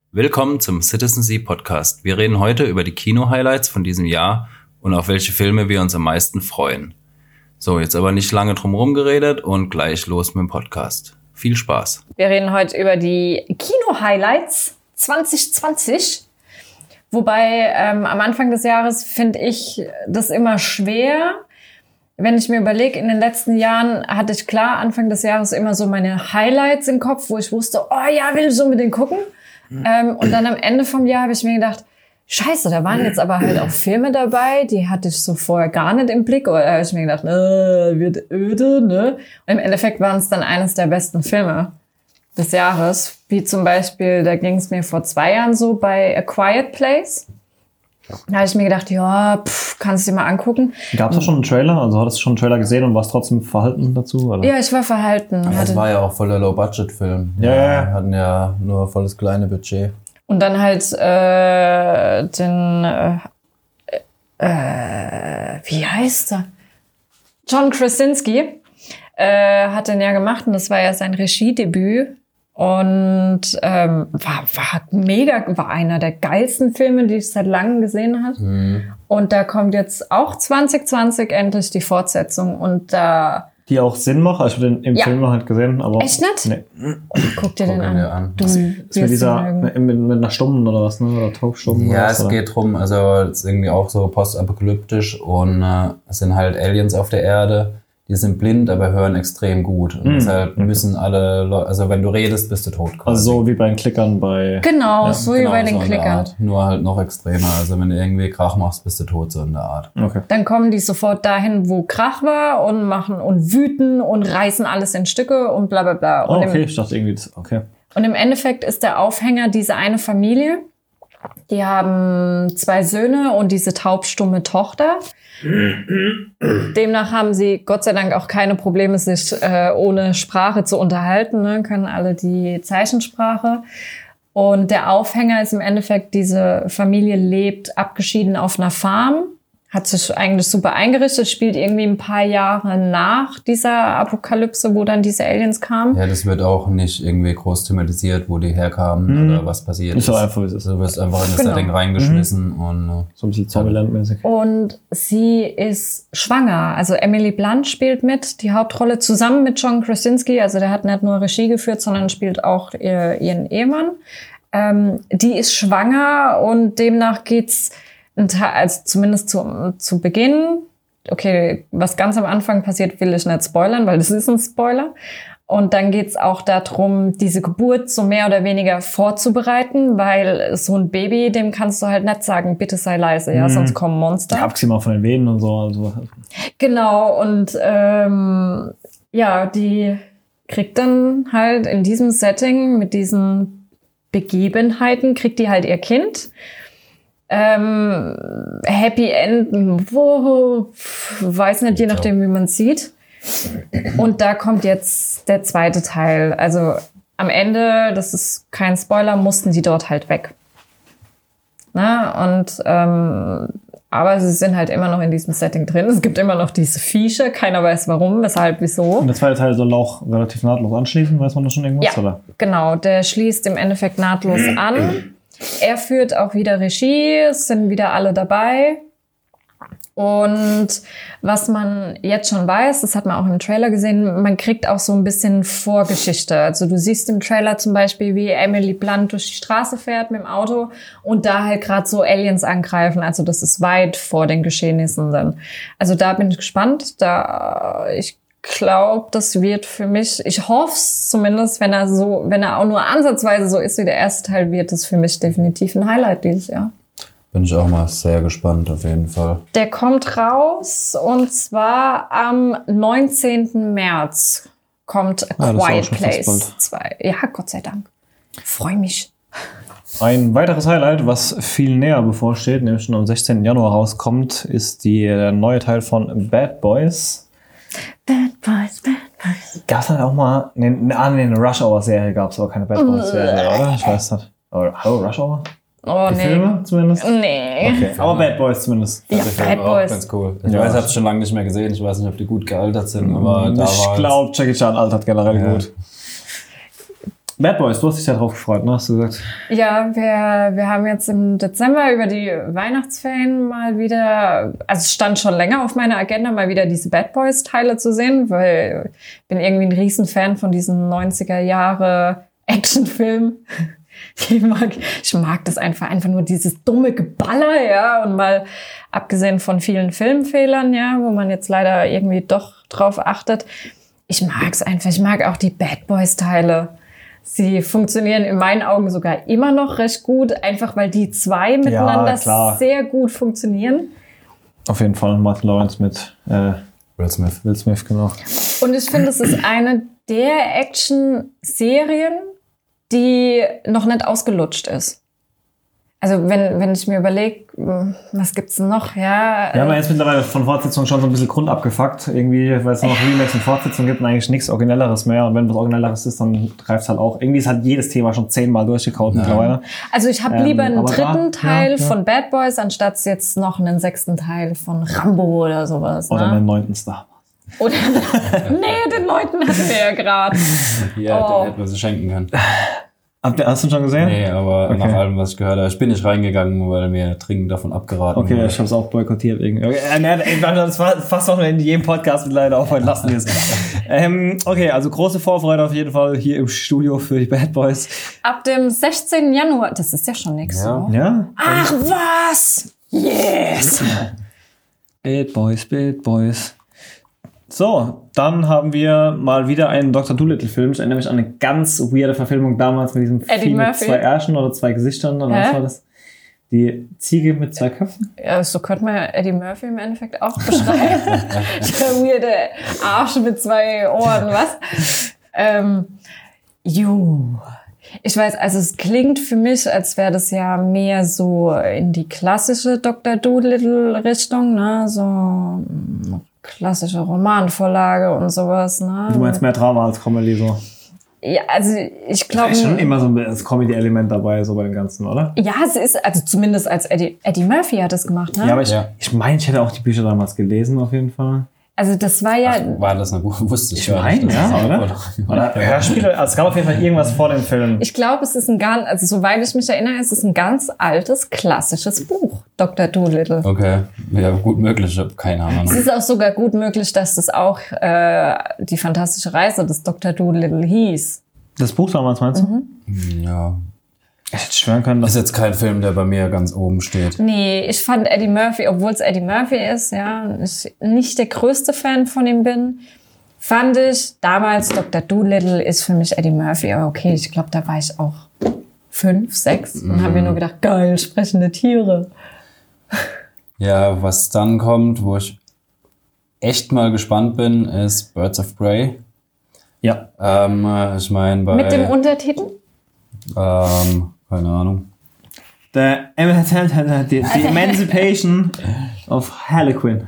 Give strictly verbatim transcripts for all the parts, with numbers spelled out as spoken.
Willkommen zum Citizen Z Podcast. Wir reden heute über die Kino-Highlights von diesem Jahr und auf welche Filme wir uns am meisten freuen. So, jetzt aber nicht lange drum herum geredet und gleich los mit dem Podcast. Viel Spaß. Wir reden heute über die Kino-Highlights zwanzig zwanzig. Wobei ähm, am Anfang des Jahres finde ich das immer schwer. Wenn ich mir überlege, in den letzten Jahren hatte ich klar Anfang des Jahres immer so meine Highlights im Kopf, wo ich wusste, oh ja, will ich unbedingt gucken. Mhm. Ähm, und dann am Ende vom Jahr habe ich mir gedacht, scheiße, da waren jetzt aber halt auch Filme dabei, die hatte ich so vorher gar nicht im Blick. Oder da habe ich mir gedacht, äh, wird öde, ne? Und im Endeffekt waren es dann eines der besten Filme des Jahres. Wie zum Beispiel, da ging es mir vor zwei Jahren so bei A Quiet Place. Da habe ich mir gedacht, ja, pff, kannst du dir mal angucken. Gab es da schon einen Trailer? Also hattest du schon einen Trailer gesehen und warst trotzdem verhalten dazu? Oder? Ja, ich war verhalten. Ja, das war ja auch voll der Low-Budget-Film. Ja, ja, ja. Wir hatten ja nur volles kleine Budget. Und dann halt äh, den, äh, äh, wie heißt er? John Krasinski äh, hat den ja gemacht und das war ja sein Regiedebüt. Und ähm, war, war mega, war einer der geilsten Filme, die ich seit langem gesehen habe. Mhm. Und da kommt jetzt auch zwanzig zwanzig endlich die Fortsetzung. Und da die auch Sinn macht. Also ich habe den im ja. Film noch halt gesehen, aber echt nicht? Nee. Guck dir den an. an. Du ist mit dieser mit, mit einer Stummen oder was, ne? Oder Taubstummen? Ja, oder es was, geht drum, also es ist irgendwie auch so postapokalyptisch und äh, es sind halt Aliens auf der Erde. Die sind blind, aber hören extrem gut. Und mm, deshalb okay. müssen alle Leute, also wenn du redest, bist du tot quasi. Also so wie bei den Klickern bei... Genau, ja, so genau, wie bei den so Klickern. Nur halt noch extremer. Also wenn du irgendwie Krach machst, bist du tot, so in der Art. Okay. Dann kommen die sofort dahin, wo Krach war und machen und wüten und reißen alles in Stücke und bla bla bla. Und oh, okay, im, ich dachte irgendwie, das, okay. Und im Endeffekt ist der Aufhänger diese eine Familie. Die haben zwei Söhne und diese taubstumme Tochter. Demnach haben sie Gott sei Dank auch keine Probleme, sich äh, ohne Sprache zu unterhalten. Ne? Können alle die Zeichensprache. Und der Aufhänger ist im Endeffekt, diese Familie lebt abgeschieden auf einer Farm. Hat sich eigentlich super eingerichtet, spielt irgendwie ein paar Jahre nach dieser Apokalypse, wo dann diese Aliens kamen. Ja, das wird auch nicht irgendwie groß thematisiert, wo die herkamen mhm. oder was passiert ist. Ist doch einfach, wie es ist. Du wirst einfach in das genau. Setting reingeschmissen mhm. und... Uh, so ein bisschen Zombieland-mäßig. Und sie ist schwanger. Also Emily Blunt spielt mit, die Hauptrolle zusammen mit John Krasinski. Also der hat nicht nur Regie geführt, sondern spielt auch ihr, ihren Ehemann. Ähm, die ist schwanger und demnach geht's also zumindest zu, zu Beginn, okay, was ganz am Anfang passiert, will ich nicht spoilern, weil das ist ein Spoiler. Und dann geht's auch darum, diese Geburt so mehr oder weniger vorzubereiten, weil so ein Baby, dem kannst du halt nicht sagen, bitte sei leise, ja, mhm. sonst kommen Monster. Ja, abgesehen mal von den Venen und so. Also. Genau, und ähm, ja, die kriegt dann halt in diesem Setting mit diesen Begebenheiten, kriegt die halt ihr Kind. Ähm, Happy End, wo, weiß nicht, je nachdem, wie man es sieht. Und da kommt jetzt der zweite Teil. Also am Ende, das ist kein Spoiler, mussten die dort halt weg. Na, und ähm, aber sie sind halt immer noch in diesem Setting drin. Es gibt immer noch diese Viecher, keiner weiß warum, weshalb, wieso. Und der zweite Teil soll auch relativ nahtlos anschließen, weiß man da schon irgendwas? Ja, oder? Genau, der schließt im Endeffekt nahtlos an. Er führt auch wieder Regie, es sind wieder alle dabei. Und was man jetzt schon weiß, das hat man auch im Trailer gesehen, man kriegt auch so ein bisschen Vorgeschichte. Also du siehst im Trailer zum Beispiel, wie Emily Blunt durch die Straße fährt mit dem Auto und da halt gerade so Aliens angreifen. Also das ist weit vor den Geschehnissen dann. Also da bin ich gespannt. Da ich glaube, das wird für mich, ich hoffe es zumindest, wenn er so, wenn er auch nur ansatzweise so ist wie der erste Teil, wird es für mich definitiv ein Highlight dieses Jahr. Bin ich auch mal sehr gespannt, auf jeden Fall. Der kommt raus und zwar am neunzehnten März kommt A Quiet Place zwei. Ja, Gott sei Dank. Freue mich. Ein weiteres Highlight, was viel näher bevorsteht, nämlich schon am sechzehnten Januar rauskommt, ist die, der neue Teil von Bad Boys. Bad Boys, Bad Boys. Gab es dann auch mal, ne, eine, eine Rush Hour Serie gab es, aber keine Bad Boys Serie, oder? Ich weiß nicht. Aber hallo, Rush Hour? Oh, die nee. Filme zumindest? Nee. Okay. Aber Bad Boys zumindest. Ja, Bad Boys. Ganz cool. Ich ja. weiß, ich habe es schon lange nicht mehr gesehen. Ich weiß nicht, ob die gut gealtert sind, aber ich da war glaube, Jackie Chan altert generell ja. gut. Bad Boys, du hast dich ja drauf gefreut, ne? Hast du gesagt? Ja, wir, wir haben jetzt im Dezember über die Weihnachtsferien mal wieder, also es stand schon länger auf meiner Agenda, mal wieder diese Bad Boys Teile zu sehen, weil ich bin irgendwie ein Riesenfan von diesen neunziger Jahre Actionfilmen. Ich mag, ich mag das einfach, einfach nur dieses dumme Geballer, ja, und mal abgesehen von vielen Filmfehlern, ja, wo man jetzt leider irgendwie doch drauf achtet. Ich mag's einfach, ich mag auch die Bad Boys Teile. Sie funktionieren in meinen Augen sogar immer noch recht gut, einfach weil die zwei miteinander klar. sehr gut funktionieren. Auf jeden Fall Martin Lawrence mit äh, Will Smith. Will Smith, genau. Und ich finde, es ist eine der Action-Serien, die noch nicht ausgelutscht ist. Also wenn, wenn ich mir überlege, was gibt's denn noch? Ja, Wir haben ja jetzt mittlerweile von Fortsetzungen schon so ein bisschen Grund abgefuckt. Irgendwie, weil es nur noch Remakes und Fortsetzungen gibt und eigentlich nichts Originelleres mehr. Und wenn was Originelleres ist, dann greift es halt auch. Irgendwie ist halt jedes Thema schon zehnmal durchgekaut Ja. mittlerweile. Also ich habe Ähm, lieber einen aber dritten da- Teil ja, ja. von Bad Boys, anstatt jetzt noch einen sechsten Teil von Rambo oder sowas. Oder Ne? einen neunten Star. Oder nee, den neunten hatten wir ja gerade. Ja, Oh. den hätten wir sie schenken können. Habt ihr, hast du ihn schon gesehen? Nee, aber Okay. nach allem, was ich gehört habe, ich bin nicht reingegangen, weil mir dringend davon abgeraten Okay, wurde. ich hab's auch boykottiert irgendwie. Okay, äh, nee, ey, das war fast noch in jedem Podcast mit leider auch heute lassen wir es. ähm, okay, also große Vorfreude auf jeden Fall hier im Studio für die Bad Boys. Ab dem sechzehnten Januar, das ist ja schon nichts. Ja. So. Ja? Ach was! Yes! Bad Boys, Bad Boys. So, dann haben wir mal wieder einen Doktor Dolittle-Film. Ich erinnere mich an eine ganz weirde Verfilmung damals mit diesem Eddie Vieh mit Murphy. zwei Ärschen oder zwei Gesichtern. Oder Hä? was war das? Die Ziege mit zwei Köpfen? Ja, so könnte man Eddie Murphy im Endeffekt auch beschreiben. Der weirde Arsch mit zwei Ohren, was? Ähm, ju. Ich weiß, also es klingt für mich, als wäre das ja mehr so in die klassische Doktor Dolittle-Richtung, ne? So mm, klassische Romanvorlage und sowas, ne? Du meinst mehr Drama als Comedy, so. Ja, also ich Da glaube... ist schon immer so ein Comedy-Element dabei, so bei dem Ganzen, oder? Ja, es ist, also zumindest als Eddie, Eddie Murphy hat das gemacht, ne? Ja, aber ich, Ja. ich meine, ich hätte auch die Bücher damals gelesen, auf jeden Fall. Also das war ja... Ach, war das eine gute? Wusste ich, Ich gar meine, nicht. ja, dass das oder? auch- Oder Hörspiele, also es gab auf jeden Fall irgendwas vor dem Film. Ich glaube, es ist ein ganz, also soweit ich mich erinnere, es ist ein ganz altes, klassisches Buch, Doktor Dolittle. Okay, ja, gut möglich, ich habe keine Es Ahnung. ist auch sogar gut möglich, dass das auch äh, die fantastische Reise des Doktor Dolittle hieß. Das Buch damals, meinst du? Ja, Ich hätte schwören können, ist dass... jetzt kein Film, der bei mir ganz oben steht. Nee, ich fand Eddie Murphy, obwohl es Eddie Murphy ist, ja, und ich nicht der größte Fan von ihm bin, fand ich damals Doktor Dolittle ist für mich Eddie Murphy. Aber okay, ich glaube, da war ich auch fünf, sechs und habe mir nur gedacht, geil, sprechende Tiere. Ja, was dann kommt, wo ich echt mal gespannt bin, ist Birds of Prey. Ja. Ähm, äh, ich meine bei... Mit dem Untertitel? ähm, keine Ahnung. The, the, the Emancipation of Harlequin.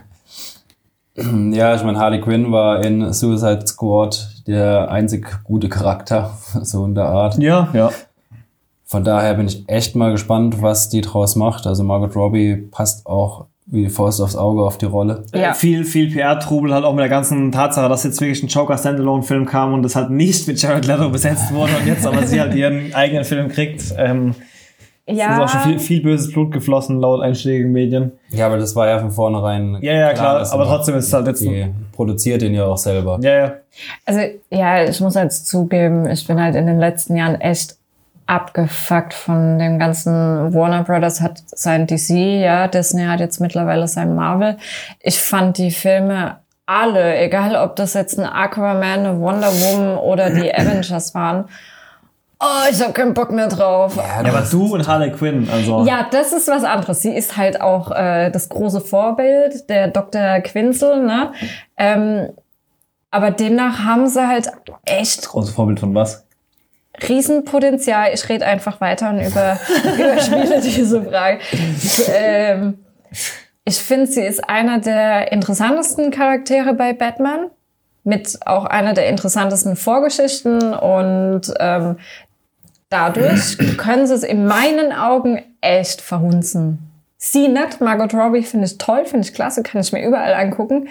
Ja, ich meine, Harley Quinn war in Suicide Squad der einzig gute Charakter, so in der Art. Ja, ja. Von daher bin ich echt mal gespannt, was die draus macht. Also Margot Robbie passt auch wie die Faust aufs Auge auf die Rolle. Ja. Äh, Viel, viel P R-Trubel halt auch mit der ganzen Tatsache, dass jetzt wirklich ein Joker-Standalone-Film kam und das halt nicht mit Jared Leto besetzt wurde und jetzt aber sie halt ihren eigenen Film kriegt. Ähm, Es ist Ja, auch schon viel, viel böses Blut geflossen, laut einschlägigen Medien. Ja, aber das war ja von vornherein. Ja, ja, klar, dass aber sie- trotzdem ist es halt jetzt Die produziert ihn ja auch selber. Ja, ja. also ja, ich muss halt zugeben, ich bin halt in den letzten Jahren echt abgefuckt von dem ganzen. Warner Brothers hat sein D C, ja, Disney hat jetzt mittlerweile sein Marvel. Ich fand die Filme alle, egal ob das jetzt ein Aquaman, eine Wonder Woman oder die Avengers waren. Oh, ich hab keinen Bock mehr drauf. Ja, aber du und Harley Quinn, also. Ja, das ist was anderes. Sie ist halt auch äh, das große Vorbild, der Doktor Quinzel, ne? Ähm, aber demnach haben sie halt echt Großes Vorbild von was? Riesenpotenzial. Ich rede einfach weiter und über, überspiele diese Frage. Ähm, ich finde, sie ist einer der interessantesten Charaktere bei Batman. Mit auch einer der interessantesten Vorgeschichten und ähm, dadurch können sie es in meinen Augen echt verhunzen. Sie nicht, Margot Robbie finde ich toll, finde ich klasse, kann ich mir überall angucken.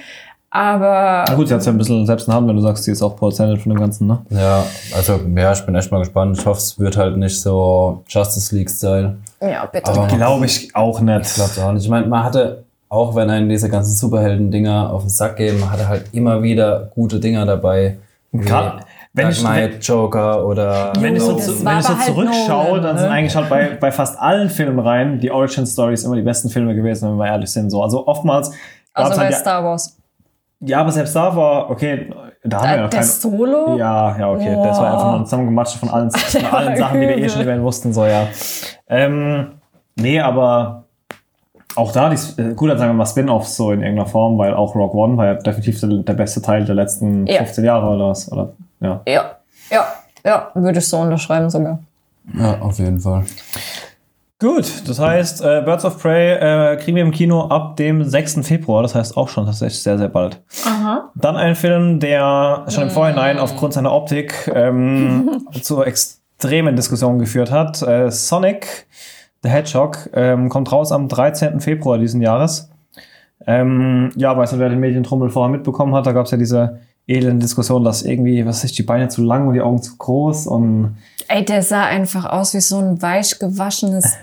Aber Na gut, sie hat ja ein bisschen selbst in der Hand, wenn du sagst, sie ist auch Produzentin von dem Ganzen, ne? Ja, also ja, ich bin echt mal gespannt. Ich hoffe, es wird halt nicht so Justice League-Style. ja, bitte. Aber Glaube ich auch nicht. ich glaube auch nicht. Ich meine, man hatte, auch wenn einen diese ganzen Superhelden-Dinger auf den Sack gehen, man hatte halt immer wieder gute Dinger dabei. Gerade wenn Dark ich, Knight, Joker oder... wenn ich so, Das zu, war wenn ich so aber halt zurückschaue, Nolan, dann ne? sind eigentlich halt bei, bei fast allen Filmreihen die Origin-Stories immer die besten Filme gewesen, wenn wir ehrlich sind. So. Also oftmals also gab's bei halt ja, Star Wars. ja, aber selbst da war, okay, da haben wir ja Äh, noch der kein... Solo? Ja, ja, okay. Boah. Das war einfach nur ein Zusammengematscht von allen, von Der allen war Sachen, die wir eh übel. schon über ihn wussten. So, ja. Ähm, nee, aber auch da, die, äh, gut, dann sagen wir mal Spin-Offs so in irgendeiner Form, weil auch Rogue One war ja definitiv der, der beste Teil der letzten Ja. fünfzehn Jahre oder was. Oder, ja. Ja, ja, ja, würde ich so unterschreiben sogar. Ja, auf jeden Fall. Gut, das heißt, äh, Birds of Prey äh, kriegen wir im Kino ab dem sechsten Februar, das heißt auch schon tatsächlich sehr, sehr bald. Aha. Dann ein Film, der schon im Vorhinein aufgrund seiner Optik ähm, zu extremen Diskussionen geführt hat. Äh, Sonic the Hedgehog ähm, kommt raus am dreizehnten Februar diesen Jahres. Ähm, ja, weiß nicht, wer den Medientrommel vorher mitbekommen hat, da gab es ja diese elende Diskussion, dass irgendwie, was weiß ich, die Beine zu lang und die Augen zu groß und Ey, der sah einfach aus wie so ein weich gewaschenes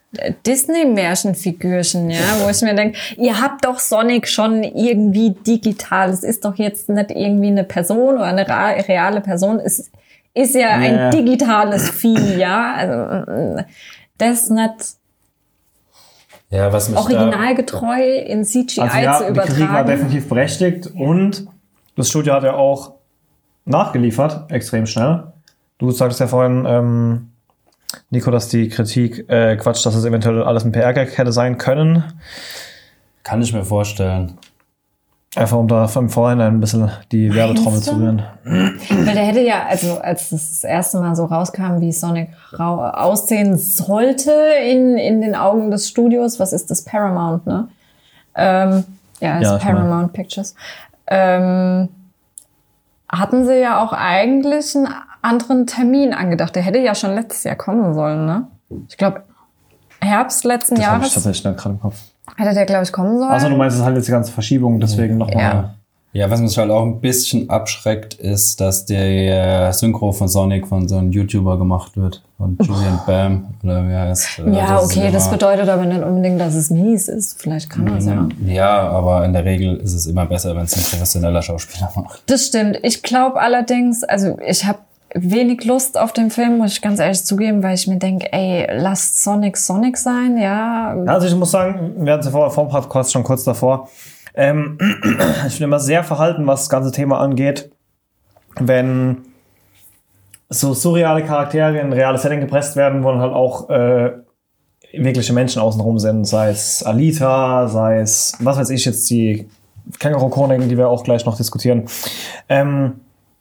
Disney-Märchenfigürchen, ja, wo ich mir denke, ihr habt doch Sonic schon irgendwie digital. Es ist doch jetzt nicht irgendwie eine Person oder eine reale Person. Es ist ja ein Ja. digitales Vieh, ja. Also, das ist nicht Ja, was mich originalgetreu in C G I also ja, zu die Kritik war übertragen. definitiv berechtigt und das Studio hat ja auch nachgeliefert, extrem schnell. Du sagst ja vorhin, ähm, Nico, dass die Kritik äh, Quatsch, dass es eventuell alles ein P R-Gag hätte sein können. Da, kann ich mir vorstellen. Einfach um da vom Vorhinein ein bisschen die Werbetrommel du? zu rühren. Weil der hätte ja, also als das, das erste Mal so rauskam, wie Sonic rau- aussehen sollte in, in den Augen des Studios, was ist das? Paramount, ne? Ähm, ja, ist Ja, ich Paramount Pictures. Ähm, hatten sie ja auch eigentlich einen anderen Termin angedacht. Der hätte ja schon letztes Jahr kommen sollen, ne? Ich glaube, Herbst letzten Das habe ich Jahres tatsächlich nicht gerade im Kopf. hätte der, glaube ich, kommen sollen. Also du meinst, es ist halt jetzt die ganze Verschiebung, deswegen nochmal. Ja. Ja, was mich halt auch ein bisschen abschreckt, ist, dass der Synchro von Sonic von so einem YouTuber gemacht wird. Von Julian Bam. Oder wie heißt äh, Ja, das ist okay, das immer- bedeutet aber nicht unbedingt, dass es mies ist. Vielleicht kann er es ja. Ja, aber in der Regel ist es immer besser, wenn es ein professioneller Schauspieler macht. Das stimmt. Ich glaube allerdings, also ich habe wenig Lust auf den Film, muss ich ganz ehrlich zugeben, weil ich mir denke, ey, lasst Sonic Sonic sein, ja. Also ich muss sagen, wir hatten es ja vor, vor dem Podcast schon kurz davor. Ähm, ich bin immer sehr verhalten, was das ganze Thema angeht, wenn so surreale Charaktere in ein reales Setting gepresst werden, wo dann halt auch äh, wirkliche Menschen außenrum sind, sei es Alita, sei es, was weiß ich jetzt, die Känguru-Chroniken, die wir auch gleich noch diskutieren. Ähm,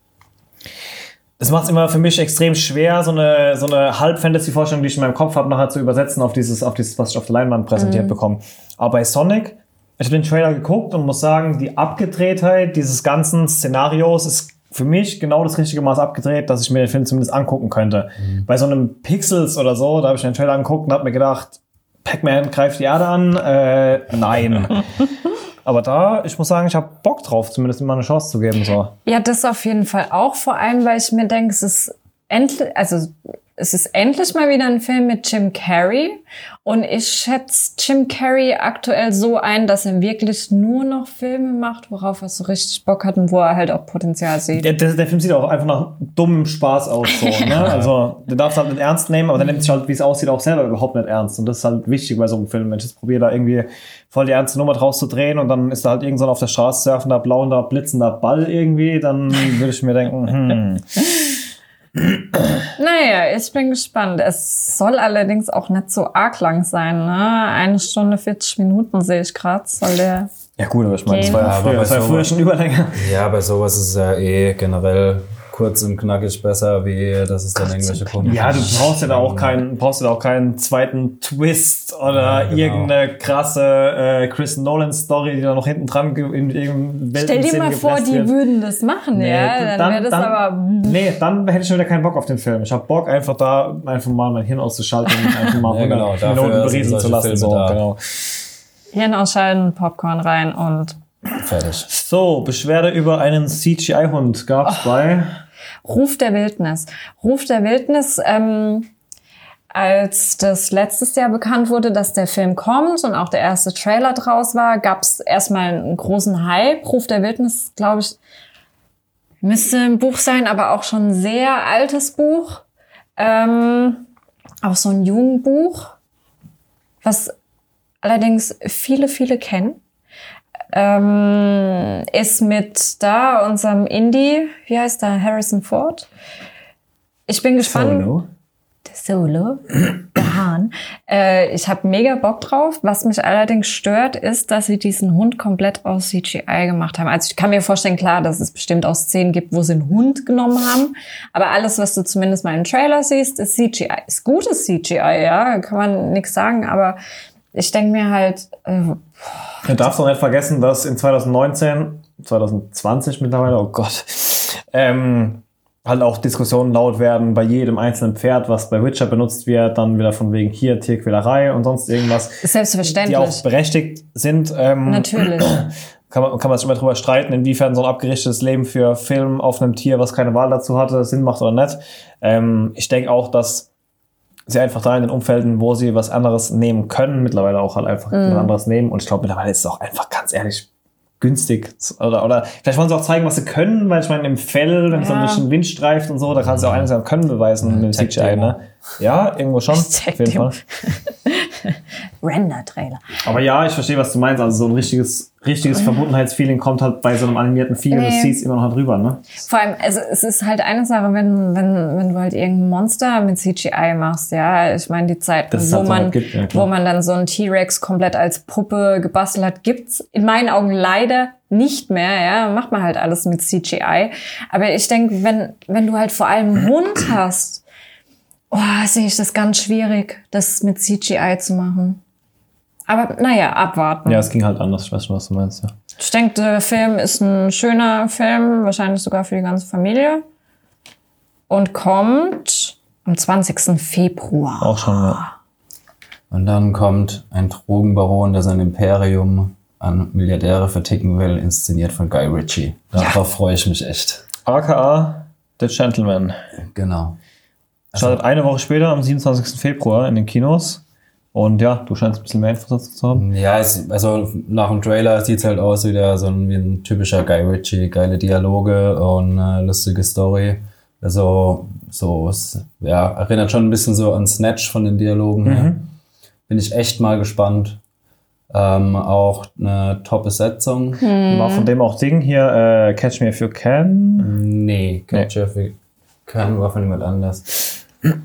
es macht es immer für mich extrem schwer, so eine, so eine Halb-Fantasy-Vorstellung, die ich in meinem Kopf habe, nachher zu übersetzen auf dieses, auf dieses, was ich auf der Leinwand präsentiert bekomme. Aber bei Sonic, ich habe den Trailer geguckt und muss sagen, die Abgedrehtheit dieses ganzen Szenarios ist für mich genau das richtige Maß abgedreht, dass ich mir den Film zumindest angucken könnte. Mhm. Bei so einem Pixels oder so, da habe ich den Trailer angeguckt und habe mir gedacht, Pac-Man greift die Erde an. Äh, nein. Aber da, ich muss sagen, ich habe Bock drauf, zumindest ihm mal eine Chance zu geben. So. Ja, das auf jeden Fall auch, vor allem, weil ich mir denke, es ist endlich, also es ist endlich mal wieder ein Film mit Jim Carrey und ich schätze Jim Carrey aktuell so ein, dass er wirklich nur noch Filme macht, worauf er so richtig Bock hat und wo er halt auch Potenzial sieht. Der, der, der Film sieht auch einfach nach dummem Spaß aus. So, ne? Also, der darf es halt nicht ernst nehmen, aber der nimmt sich halt, wie es aussieht, auch selber überhaupt nicht ernst. Und das ist halt wichtig bei so einem Film. Wenn ich jetzt probiere, da irgendwie voll die ernste Nummer draus zu drehen und dann ist da halt irgend so ein auf der Straße surfender, blauender, blitzender Ball irgendwie, dann würde ich mir denken, hm. Naja, ich bin gespannt. Es soll allerdings auch nicht so arg lang sein, ne? Eine Stunde, vierzig Minuten sehe ich gerade, soll der... Ja gut, aber ich meine, das war ja Aber früher, bei das war ja so- früher schon Überlänge. Ja, bei sowas ist es ja eh generell kurz und knackig besser, wie dass es dann irgendwelche Kunden. Ja, du brauchst ja da auch keinen, brauchst ja da auch keinen zweiten Twist oder Ja, genau. irgendeine krasse äh, Chris Nolan Story, die da noch hinten dran ge- in irgendeinem Stell dir mal vor, die wird. würden das machen, ja? Dann, wäre das aber... Nee, dann hätte ich schon wieder keinen Bock auf den Film. Ich habe Bock, einfach da einfach mal mein Hirn auszuschalten und einfach mal Ja, hundert genau, dafür Minuten sind berieseln zu solche lassen. Filme So, da. genau. Hirn ausschalten, Popcorn rein und Fertig. So, Beschwerde über einen C G I-Hund gab's oh. bei Ruf der Wildnis. Ruf der Wildnis, ähm, als das letztes Jahr bekannt wurde, dass der Film kommt und auch der erste Trailer draus war, gab's erstmal einen großen Hype. Ruf der Wildnis, glaube ich, müsste ein Buch sein, aber auch schon ein sehr altes Buch. Ähm, auch so ein Jugendbuch, was allerdings viele, viele kennen. Ähm, ist mit da unserem Indie, wie heißt der, Harrison Ford. Ich bin gespannt. Solo. Der Solo, der Hahn. Äh, ich habe mega Bock drauf. Was mich allerdings stört, ist, dass sie diesen Hund komplett aus C G I gemacht haben. Also ich kann mir vorstellen, klar, dass es bestimmt auch Szenen gibt, wo sie einen Hund genommen haben. Aber alles, was du zumindest mal im Trailer siehst, ist C G I. Ist gutes C G I, ja, kann man nichts sagen. Aber ich denke mir halt... Äh, Du darfst auch nicht vergessen, dass in zwanzig neunzehn, zwanzig zwanzig mittlerweile, oh Gott, ähm, halt auch Diskussionen laut werden bei jedem einzelnen Pferd, was bei Witcher benutzt wird, dann wieder von wegen hier Tierquälerei und sonst irgendwas. Selbstverständlich. Die auch berechtigt sind. Ähm, Natürlich. Kann man, kann man sich immer drüber streiten, inwiefern so ein abgerichtetes Leben für Film auf einem Tier, was keine Wahl dazu hatte, Sinn macht oder nicht. Ähm, ich denke auch, dass sie einfach da in den Umfelden, wo sie was anderes nehmen können, mittlerweile auch halt einfach mm. was anderes nehmen. Und ich glaube, mittlerweile ist es auch einfach ganz ehrlich günstig. Oder, oder vielleicht wollen sie auch zeigen, was sie können, weil ich meine, im Fell, wenn es ja. so ein bisschen Wind streift und so, da kann sie auch einiges an Können beweisen mm, mit dem C G I, ne? Ja, irgendwo schon. Auf jeden Fall. Render-Trailer. Aber ja, ich verstehe, was du meinst. Also so ein richtiges, richtiges Verbundenheitsfeeling kommt halt bei so einem animierten Film, nee. Das zieht immer noch halt rüber, ne? Vor allem, also es ist halt eine Sache, wenn, wenn, wenn du halt irgendein Monster mit C G I machst, ja. Ich meine, die Zeit, wo halt man, halt gibt, ja, wo man dann so einen T-Rex komplett als Puppe gebastelt hat, gibt's in meinen Augen leider nicht mehr, ja. Macht man halt alles mit C G I. Aber ich denke, wenn, wenn du halt vor allem einen Hund hast, oh, sehe ich das ganz schwierig, das mit C G I zu machen. Aber naja, abwarten. Ja, es ging halt anders. Ich weiß schon, was du meinst. Ja. Ich denke, der Film ist ein schöner Film, wahrscheinlich sogar für die ganze Familie. Und kommt am zwanzigsten Februar. Auch schon, ja. Und dann kommt ein Drogenbaron, der sein Imperium an Milliardäre verticken will, inszeniert von Guy Ritchie. Darauf ja. freue ich mich echt. A K A The Gentleman. Genau. Startet eine Woche später, am siebenundzwanzigsten Februar in den Kinos. Und ja, du scheinst ein bisschen mehr Infos dazu zu haben. Ja, es, also nach dem Trailer sieht es halt aus wie, der, so ein, wie ein typischer Guy Ritchie. Geile Dialoge und äh, lustige Story. Also so, es ja, erinnert schon ein bisschen so an Snatch von den Dialogen her. Mhm. Bin ich echt mal gespannt. Ähm, auch eine Top-Besetzung. Hm. War von dem auch Ding hier, äh, Catch Me If You Can? Nee, Catch Me If You Can war von jemand anders.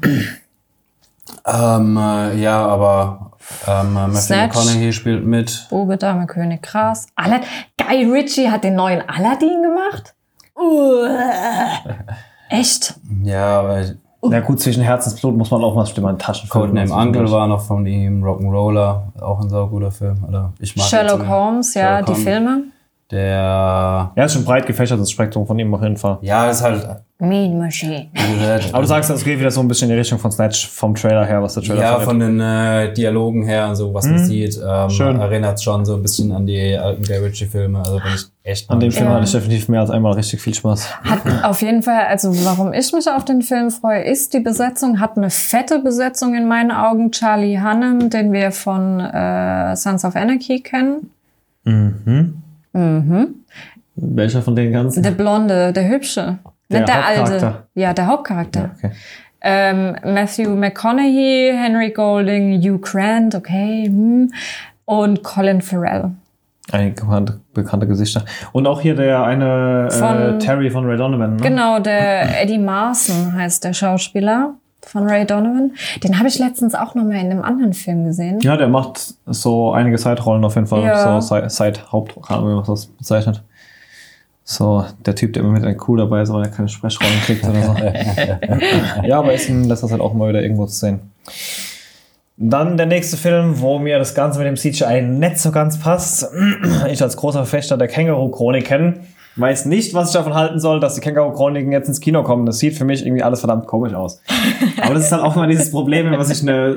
ähm, äh, ja, aber ähm, Matthew McConaughey spielt mit. Bube, Dame, König, Gras. Alad- Guy Ritchie hat den neuen Aladdin gemacht? Uh, echt? Ja, aber... Na ja, gut, zwischen Herzensblut muss man auch mal stimmen. Taschenfilm. Codename Uncle war noch von ihm, Rock'n'Roller, auch ein sauguter Film. Oder ich mag Sherlock Holmes, ja, Sherlock die Holmes. Filme. Der... Ja, ist schon breit gefächertes Spektrum von ihm auf jeden Fall. Ja, ist halt... Mean Machine. Aber du sagst, es geht wieder so ein bisschen in die Richtung von Snatch, vom Trailer her, was der Trailer Ja, verrät. von den äh, Dialogen her und so, was mhm. man sieht, ähm, erinnert schon so ein bisschen an die alten Guy Ritchie-Filme. Also bin ich echt... An dem Film ja. hatte ich definitiv mehr als einmal richtig viel Spaß. Hat auf jeden Fall, also warum ich mich auf den Film freue, ist die Besetzung, hat eine fette Besetzung in meinen Augen. Charlie Hunnam, den wir von äh, Sons of Anarchy kennen. Mhm. Mhm. Welcher von den ganzen? Der Blonde, der Hübsche. Der, Nicht der Hauptcharakter. Alte. Ja, der Hauptcharakter. Ja, okay. ähm, Matthew McConaughey, Henry Golding, Hugh Grant, okay. Hm. Und Colin Farrell. Einige bekannte, bekannte Gesichter. Und auch hier der eine von, äh, Terry von Ray Donovan. Ne? Genau, der Eddie Marson heißt der Schauspieler von Ray Donovan. Den habe ich letztens auch noch mal in einem anderen Film gesehen. Ja, der macht so einige Side-Rollen auf jeden Fall. Ja. So Side-Haupt, keine Ahnung, wie man das bezeichnet. So, der Typ, der immer mit einem Cool dabei ist, aber der keine Sprechrollen kriegt oder so. Ja, aber ist in letzter Zeit auch mal wieder irgendwo zu sehen. Dann der nächste Film, wo mir das Ganze mit dem C G I nicht so ganz passt. Ich als großer Verfechter der Känguru-Chroniken weiß nicht, was ich davon halten soll, dass die Känguru-Chroniken jetzt ins Kino kommen. Das sieht für mich irgendwie alles verdammt komisch aus. Aber das ist dann auch immer dieses Problem, wenn man sich eine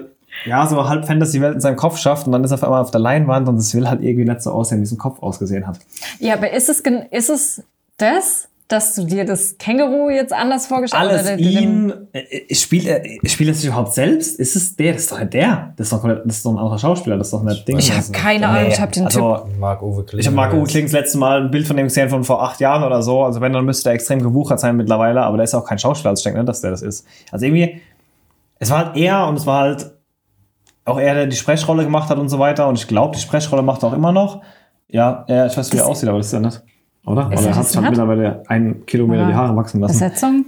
ja, so halb Fantasy-Welt in seinem Kopf schafft und dann ist er auf einmal auf der Leinwand und es will halt irgendwie nicht so aussehen, wie es im Kopf ausgesehen hat. Ja, aber ist es, gen- ist es das, dass du dir das Känguru jetzt anders vorgestellt hast? Alles ihn, äh, spielt er, spielt er sich überhaupt selbst? Ist es der? Das ist doch nicht der. Das ist doch, komplett- das ist doch ein anderer Schauspieler, das ist doch nicht Ding. Ich habe keine Ahnung, ich habe den Typ. Also, Marc-Uwe Kling. ich habe Marc-Uwe Kling das letzte Mal ein Bild von dem gesehen von vor acht Jahren oder so. Also wenn, dann müsste er extrem gewuchert sein mittlerweile, aber der ist auch kein Schauspieler, also ich denke nicht, dass der das ist. Also irgendwie, es war halt er und es war halt auch er, der die Sprechrolle gemacht hat und so weiter. Und ich glaube, die Sprechrolle macht er auch immer noch. Ja, ja, ich weiß, wie er aussieht, aber das ist ja nicht. Oder? Ist Aber er er hat das sich halt nicht? mittlerweile einen Kilometer Aber die Haare wachsen lassen. Besetzung?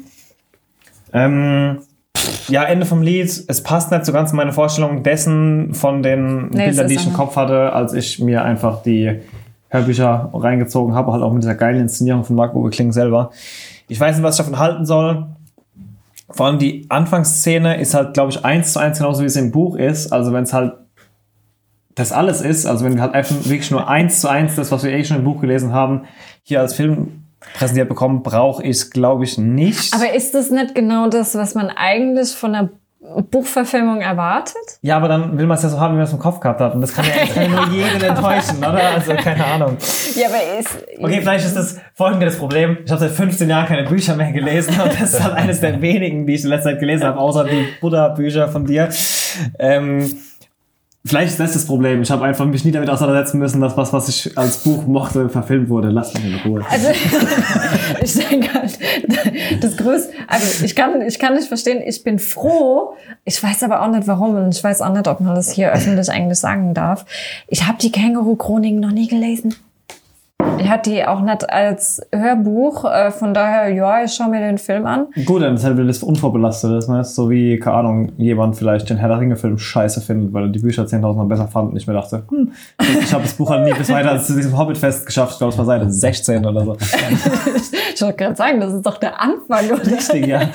Ähm, ja, Ende vom Lied. Es passt nicht so ganz in meine Vorstellung dessen von den Nee, es Bildern, ist die ich im anders. Kopf hatte, als ich mir einfach die Hörbücher reingezogen habe, halt auch mit dieser geilen Inszenierung von Marc-Uwe Kling selber. Ich weiß nicht, was ich davon halten soll. Vor allem die Anfangsszene ist halt, glaube ich, eins zu eins genauso wie es im Buch ist. Also wenn es halt das alles ist, also wenn wir halt einfach wirklich nur eins zu eins das, was wir eh schon im Buch gelesen haben, hier als Film präsentiert bekommen, brauche ich es, glaube ich, nicht. Aber ist das nicht genau das, was man eigentlich von einer Buchverfilmung erwartet? Ja, aber dann will man es ja so haben, wie man es im Kopf gehabt hat. Und das kann ja, das kann ja nur jeden enttäuschen, oder? Also, keine Ahnung. Ja, aber ist... Okay, vielleicht ist das folgende das Problem. Ich habe seit fünfzehn Jahren keine Bücher mehr gelesen. Und das ist halt eines der wenigen, die ich in letzter Zeit gelesen habe, außer die Buddha-Bücher von dir. Ähm, vielleicht ist das das Problem. Ich habe einfach mich nie damit auseinandersetzen müssen, dass was, was ich als Buch mochte, verfilmt wurde. Lass mich in Ruhe. Also, ich denke halt, das Größte, also ich kann, ich kann nicht verstehen, ich bin froh, ich weiß aber auch nicht warum und ich weiß auch nicht, ob man das hier öffentlich eigentlich sagen darf. Ich habe die Känguru-Chroniken noch nie gelesen. Ich hatte die auch nicht als Hörbuch, äh, von daher, ja, ich schaue mir den Film an. Gut, dann ist halt das unvorbelastet ist, ne? So wie, keine Ahnung, jemand vielleicht den Herr der Ringe-Film scheiße findet, weil er die Bücher zehntausend Mal besser fand und ich mir dachte, hm, ich habe das Buch halt nie bis weiter zu diesem Hobbit-Fest geschafft. Ich glaube, es war Seite sechzehn oder so. Ich wollte gerade sagen, das ist doch der Anfang, oder? Richtig, ja.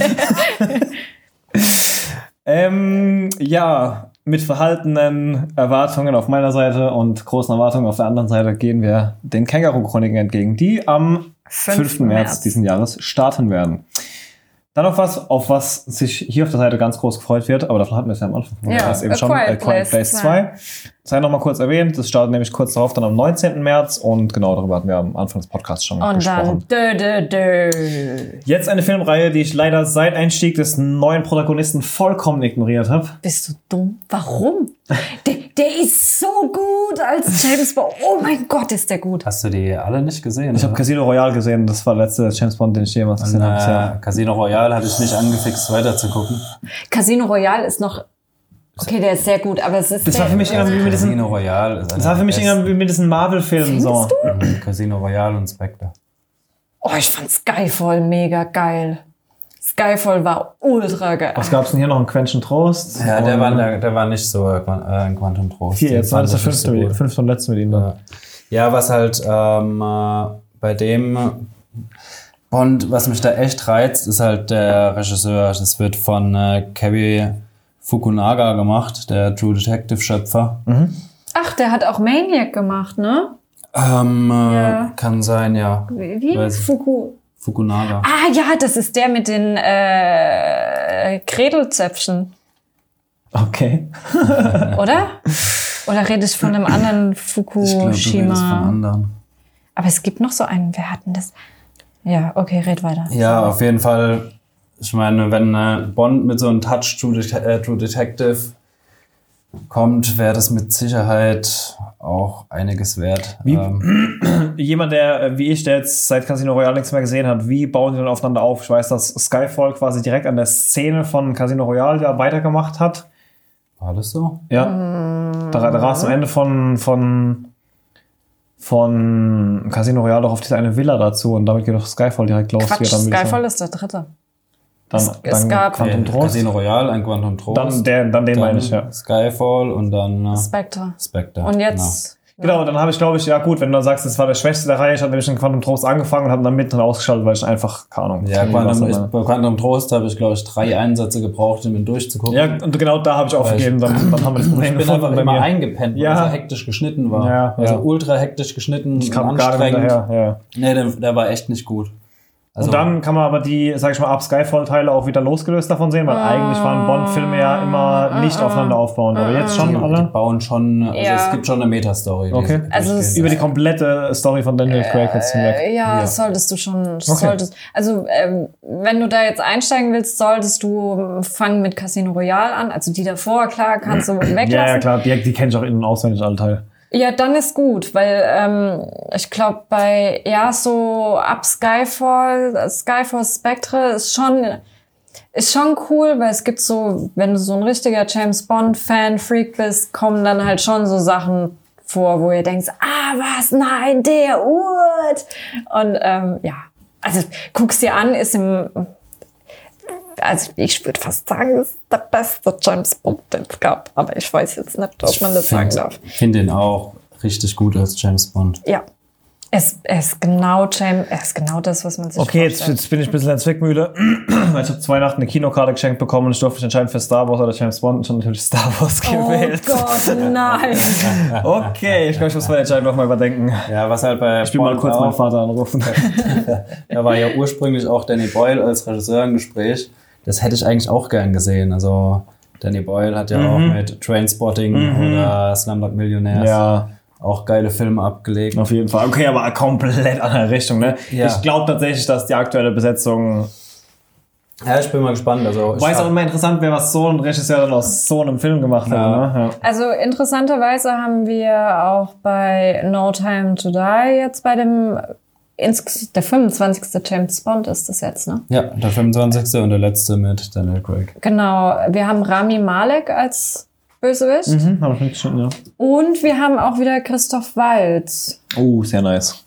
ähm, ja, mit verhaltenen Erwartungen auf meiner Seite und großen Erwartungen auf der anderen Seite gehen wir den Känguru-Chroniken entgegen, die am fünften März diesen Jahres starten werden. Dann noch was, auf was sich hier auf der Seite ganz groß gefreut wird, aber davon hatten wir es ja am Anfang. Ja, Das eben A schon, Quiet äh, Quiet Place zwei. Sei noch mal kurz erwähnt, das startet nämlich kurz darauf dann am neunzehnten März und genau darüber hatten wir am Anfang des Podcasts schon mal Und gesprochen. dann, dö, dö, dö. Jetzt eine Filmreihe, die ich leider seit Einstieg des neuen Protagonisten vollkommen ignoriert habe. Bist du dumm? Warum? Der, der ist so gut als James Bond. Oh mein Gott, ist der gut. Hast du die alle nicht gesehen? Ich habe Casino Royale gesehen, das war der letzte James Bond, den ich jemals gesehen habe. äh, bisher. Casino Royale hatte ich mich angefixt, weiter zu gucken. Casino Royale ist noch... Okay, der ist sehr gut, aber es ist... Das der, war für mich irgendwie mit Casino diesen, Royale ist das war für mich irgendwie mit diesen Marvel-Filmen so. irgendwie Casino Royale und Spectre. Oh, ich fand Skyfall mega geil. Skyfall war ultra geil. Was gab's denn hier noch? Ein Quäntchen Trost? Ja, der Und war, der, der war nicht so äh, ein Quantum Trost. Hier, Den jetzt war fand das der ich nicht fünfte, so mit, gut. fünfte und letzte mit ihm. Dann. Ja. Ja, was halt ähm, äh, bei dem Bond, was mich da echt reizt, ist halt der Regisseur. Das wird von äh, Cary Fukunaga gemacht, der True Detective Schöpfer. Ach, der hat auch Maniac gemacht, ne? Ähm, äh, Ja. Kann sein, ja. Wie? wie? Weiß ich. Fuku... Fukunaga. Ah ja, das ist der mit den äh, Kredelzöpfchen, Okay. oder? Oder rede ich von einem anderen Ich glaube, du redest von Fukushima? anderen. Aber es gibt noch so einen, wer hat denn das? Ja, okay, red weiter. Ja, auf jeden Fall. Ich meine, wenn äh, Bond mit so einem Touch True, Det äh, True Detective kommt, wäre das mit Sicherheit auch einiges wert. Wie- Ähm, Jemand, der äh, wie ich, der jetzt seit Casino Royale nichts mehr gesehen hat, wie bauen die denn aufeinander auf? Ich weiß, dass Skyfall quasi direkt an der Szene von Casino Royale ja weitergemacht hat. war das so? Ja. Da, da rast am Ende von, von, von Casino Royale doch auf diese eine Villa dazu und damit geht doch Skyfall direkt los. Quatsch, hier, dann würde ich Skyfall sagen. ist der dritte. Dann, es- es dann gab- Quantum Nee, Trost. Casino Royale, ein Quantum Trost. Dann, der, dann den dann meine ich, ja. Skyfall und dann äh, Spectre. Spectre. Und jetzt... Genau, dann habe ich, glaube ich, ja gut, wenn du dann sagst, das war der schwächste der Reihe, ich habe nämlich in Quantum Trost angefangen und habe dann mitten ausgeschaltet, weil ich einfach, keine Ahnung. Genau. Ja, nie Quantum, was ich, dabei- bei Quantum Trost habe ich, glaube ich, drei Einsätze gebraucht, um ihn durchzugucken. Ja, und genau da habe ich aufgegeben, dann, dann haben wir das Problem Ich bin gefunden einfach bei immer mir. eingepennt, weil Ja. er so hektisch geschnitten war. Ja, also ja. ultra hektisch geschnitten, Ich kam und gar nicht anstrengend. hinterher, ja. Nee, der, der war echt nicht gut. Also, und dann kann man aber die, sag ich mal, ab Skyfall-Teile auch wieder losgelöst davon sehen, weil Ah. eigentlich waren Bond-Filme ja immer nicht Ah. aufeinander aufbauend. Aber jetzt schon die, die alle. bauen schon, also Ja. es gibt schon eine Meta-Story. die Okay. sie Also es- durchgehen. Über die komplette Story von Daniel Craig jetzt hinweg. Äh, ja, Ja. solltest du schon. Solltest, also, ähm, wenn du da jetzt einsteigen willst, solltest du fangen mit Casino Royale an. Also die davor, klar, kannst du weglassen. Ja, ja, klar, die, die kenne ich auch in- und auswendig, alle Teile. Ja, dann ist gut, weil ähm, ich glaube, bei, ja, so ab Skyfall, Skyfall Spectre ist schon, ist schon cool, weil es gibt so, wenn du so ein richtiger James Bond-Fan, Freak bist, kommen dann halt schon so Sachen vor, wo ihr denkt, ah, was, nein, der Urt. Und ähm, ja, also guck's dir an, ist im, also ich würde fast sagen, das ist der beste James Bond, den es gab. Aber ich weiß jetzt nicht, ob man das sagen darf. Ich finde ihn auch richtig gut als James Bond. Ja. Es, er ist genau James, er ist genau das, was man sich Okay, jetzt, vorstellt. jetzt bin ich ein bisschen in Zwickmühle. Ich habe zwei Nachten eine Kinokarte geschenkt bekommen und ich durfte mich entscheiden für Star Wars oder James Bond und schon natürlich Star Wars gewählt. Oh Gott, nein. Okay, ich glaube, ich muss meine Entscheidung nochmal überdenken. Ja, was halt bei Ich will mal Bond kurz meinen auch, Vater anrufen. da war ja ursprünglich auch Danny Boyle als Regisseur im Gespräch. Das hätte ich eigentlich auch gern gesehen. Also Danny Boyle hat ja Mhm. auch mit Trainspotting oder Slumdog Millionaires Ja, auch geile Filme abgelegt. auf jeden Fall. Okay, aber komplett andere Richtung, ne? Ja. Ich glaube tatsächlich, dass die aktuelle Besetzung... Ja, ich bin mal gespannt. Also ich Weiß auch hab- immer interessant wäre, was so ein Regisseur dann aus so einem Film gemacht hat. Ja. Ne? Ja. Also interessanterweise haben wir auch bei No Time to Die jetzt bei dem, ins, der fünfundzwanzigste James Bond ist das jetzt, ne? Ja, der fünfundzwanzigste und der letzte mit Daniel Craig. Genau, wir haben Rami Malek als Bösewicht Mhm, hab ich mitgeschnitten, ja. und wir haben auch wieder Christoph Waltz. Oh, sehr nice.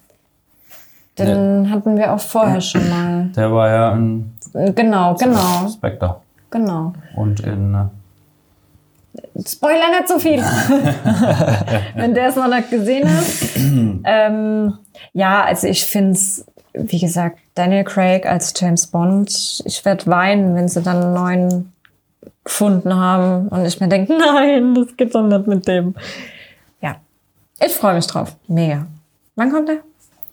Den hatten wir auch vorher schon mal. Der war ja in Genau, genau, Spectre genau. und in äh, Spoiler nicht so viel. Wenn der es noch nicht gesehen hat. ähm, ja, also ich finde es, wie gesagt, Daniel Craig als James Bond, ich werde weinen, wenn sie dann einen neuen gefunden haben und ich mir denke, nein, das geht doch nicht mit dem. Ja, ich freue mich drauf. Mega. Wann kommt der?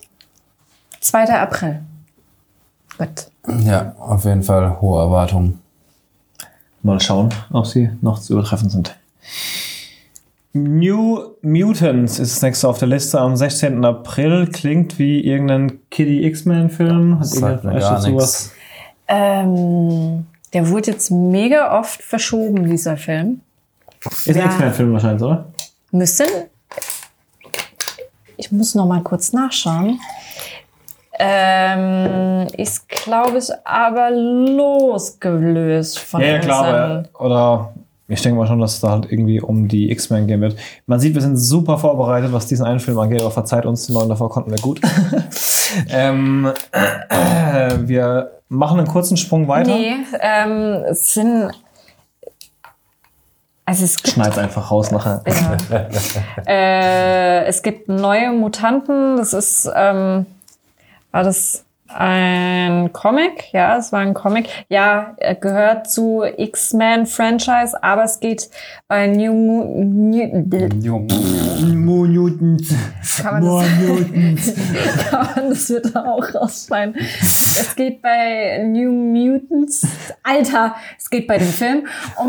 zweiter April. Gut. ja, auf jeden Fall hohe Erwartungen. Mal schauen, ob sie noch zu übertreffen sind. New Mutants ist das nächste auf der Liste am sechzehnten April. Klingt wie irgendein Kiddie X-Men-Film. Hat Sagt mir irgendwer gar dazu nichts. Ähm, der wurde jetzt mega oft verschoben, dieser Film. Ist ein Ja. X-Men-Film wahrscheinlich, oder? Müssen. Ich muss noch mal kurz nachschauen. Ähm, ist, glaube ich, aber losgelöst von Ja, ja, klar. unseren- Aber, oder ich denke mal schon, dass es da halt irgendwie um die X-Men gehen wird. Man sieht, wir sind super vorbereitet, was diesen einen Film angeht, aber verzeiht uns, die neuen davor konnten wir gut. ähm, äh, wir machen einen kurzen Sprung weiter. Nee, ähm, es sind. Also es gibt, Schneid's einfach raus nachher. ja. äh, es gibt neue Mutanten. Das ist, ähm, war das ein Comic? Ja, es war ein Comic. Ja, er gehört zu X-Men-Franchise, aber es geht bei New, Mu New Mo Newtons. Kann man das, kann man das wird auch rausschneiden. Es geht bei New Mutants. Alter, es geht bei dem Film um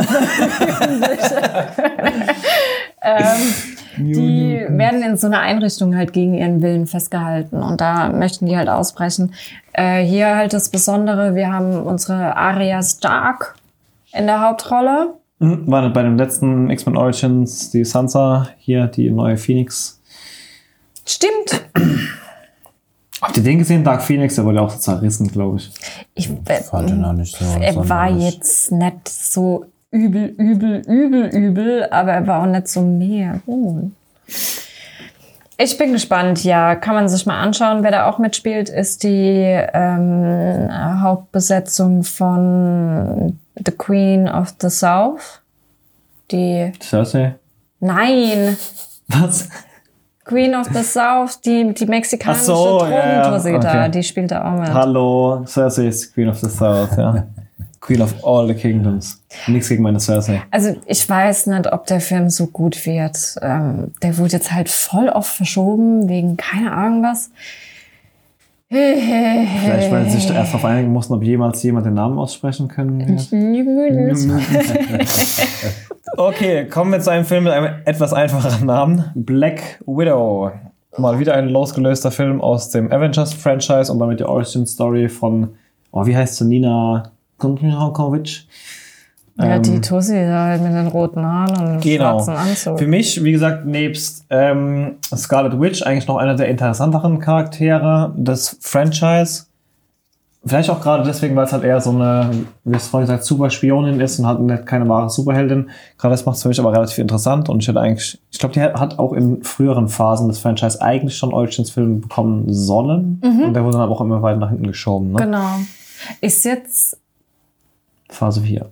ähm, die werden in so einer Einrichtung halt gegen ihren Willen festgehalten und da möchten die halt ausbrechen. Äh, hier halt das Besondere, wir haben unsere Arya Stark in der Hauptrolle. Mhm, war bei dem letzten X-Men Origins die Sansa, hier die neue Phoenix. Stimmt. Habt ihr den gesehen? Dark Phoenix, der wurde ja auch zerrissen, glaube ich. Ich, Fand ihn auch nicht so. er war sonderlich. jetzt nicht so übel, übel, übel, übel, aber er war auch nicht so mega gut. Ich bin gespannt, ja, kann man sich mal anschauen. Wer da auch mitspielt, ist die ähm, Hauptbesetzung von The Queen of the South. Die, Cersei? nein, Was? Queen of the South, die, die mexikanische Ach so, ja, ja, Drogentorsitter, okay. die spielt da auch mit. Hallo, Cersei ist Queen of the South, ja. Queen of all the Kingdoms. Nichts gegen meine Cersei. Also ich weiß nicht, ob der Film so gut wird. Ähm, der wurde jetzt halt voll oft verschoben, wegen keine Ahnung was. Vielleicht, weil sie sich erst darauf einigen mussten, ob jemals jemand den Namen aussprechen können wird. Okay, kommen wir zu einem Film mit einem etwas einfacheren Namen. Black Widow. Mal wieder ein losgelöster Film aus dem Avengers-Franchise und damit die Origin-Story von, oh, wie heißt sie, Nina Kondrakovic? Ja, Ähm, die Tussi da halt mit den roten Haaren und dem Genau. schwarzen Anzug. Für mich, wie gesagt, nebst ähm, Scarlet Witch eigentlich noch einer der interessanteren Charaktere des Franchise. Vielleicht auch gerade deswegen, weil es halt eher so eine, wie es vorhin gesagt, Super-Spionin ist und halt nicht keine wahre Superheldin. Gerade das macht es für mich aber relativ interessant und ich hätte eigentlich, ich glaube, die hat auch in früheren Phasen des Franchise eigentlich schon Origins-Filme bekommen sollen Mhm. und der wurde dann aber auch immer weiter nach hinten geschoben. Ne? Genau. Ist jetzt, Phase vier.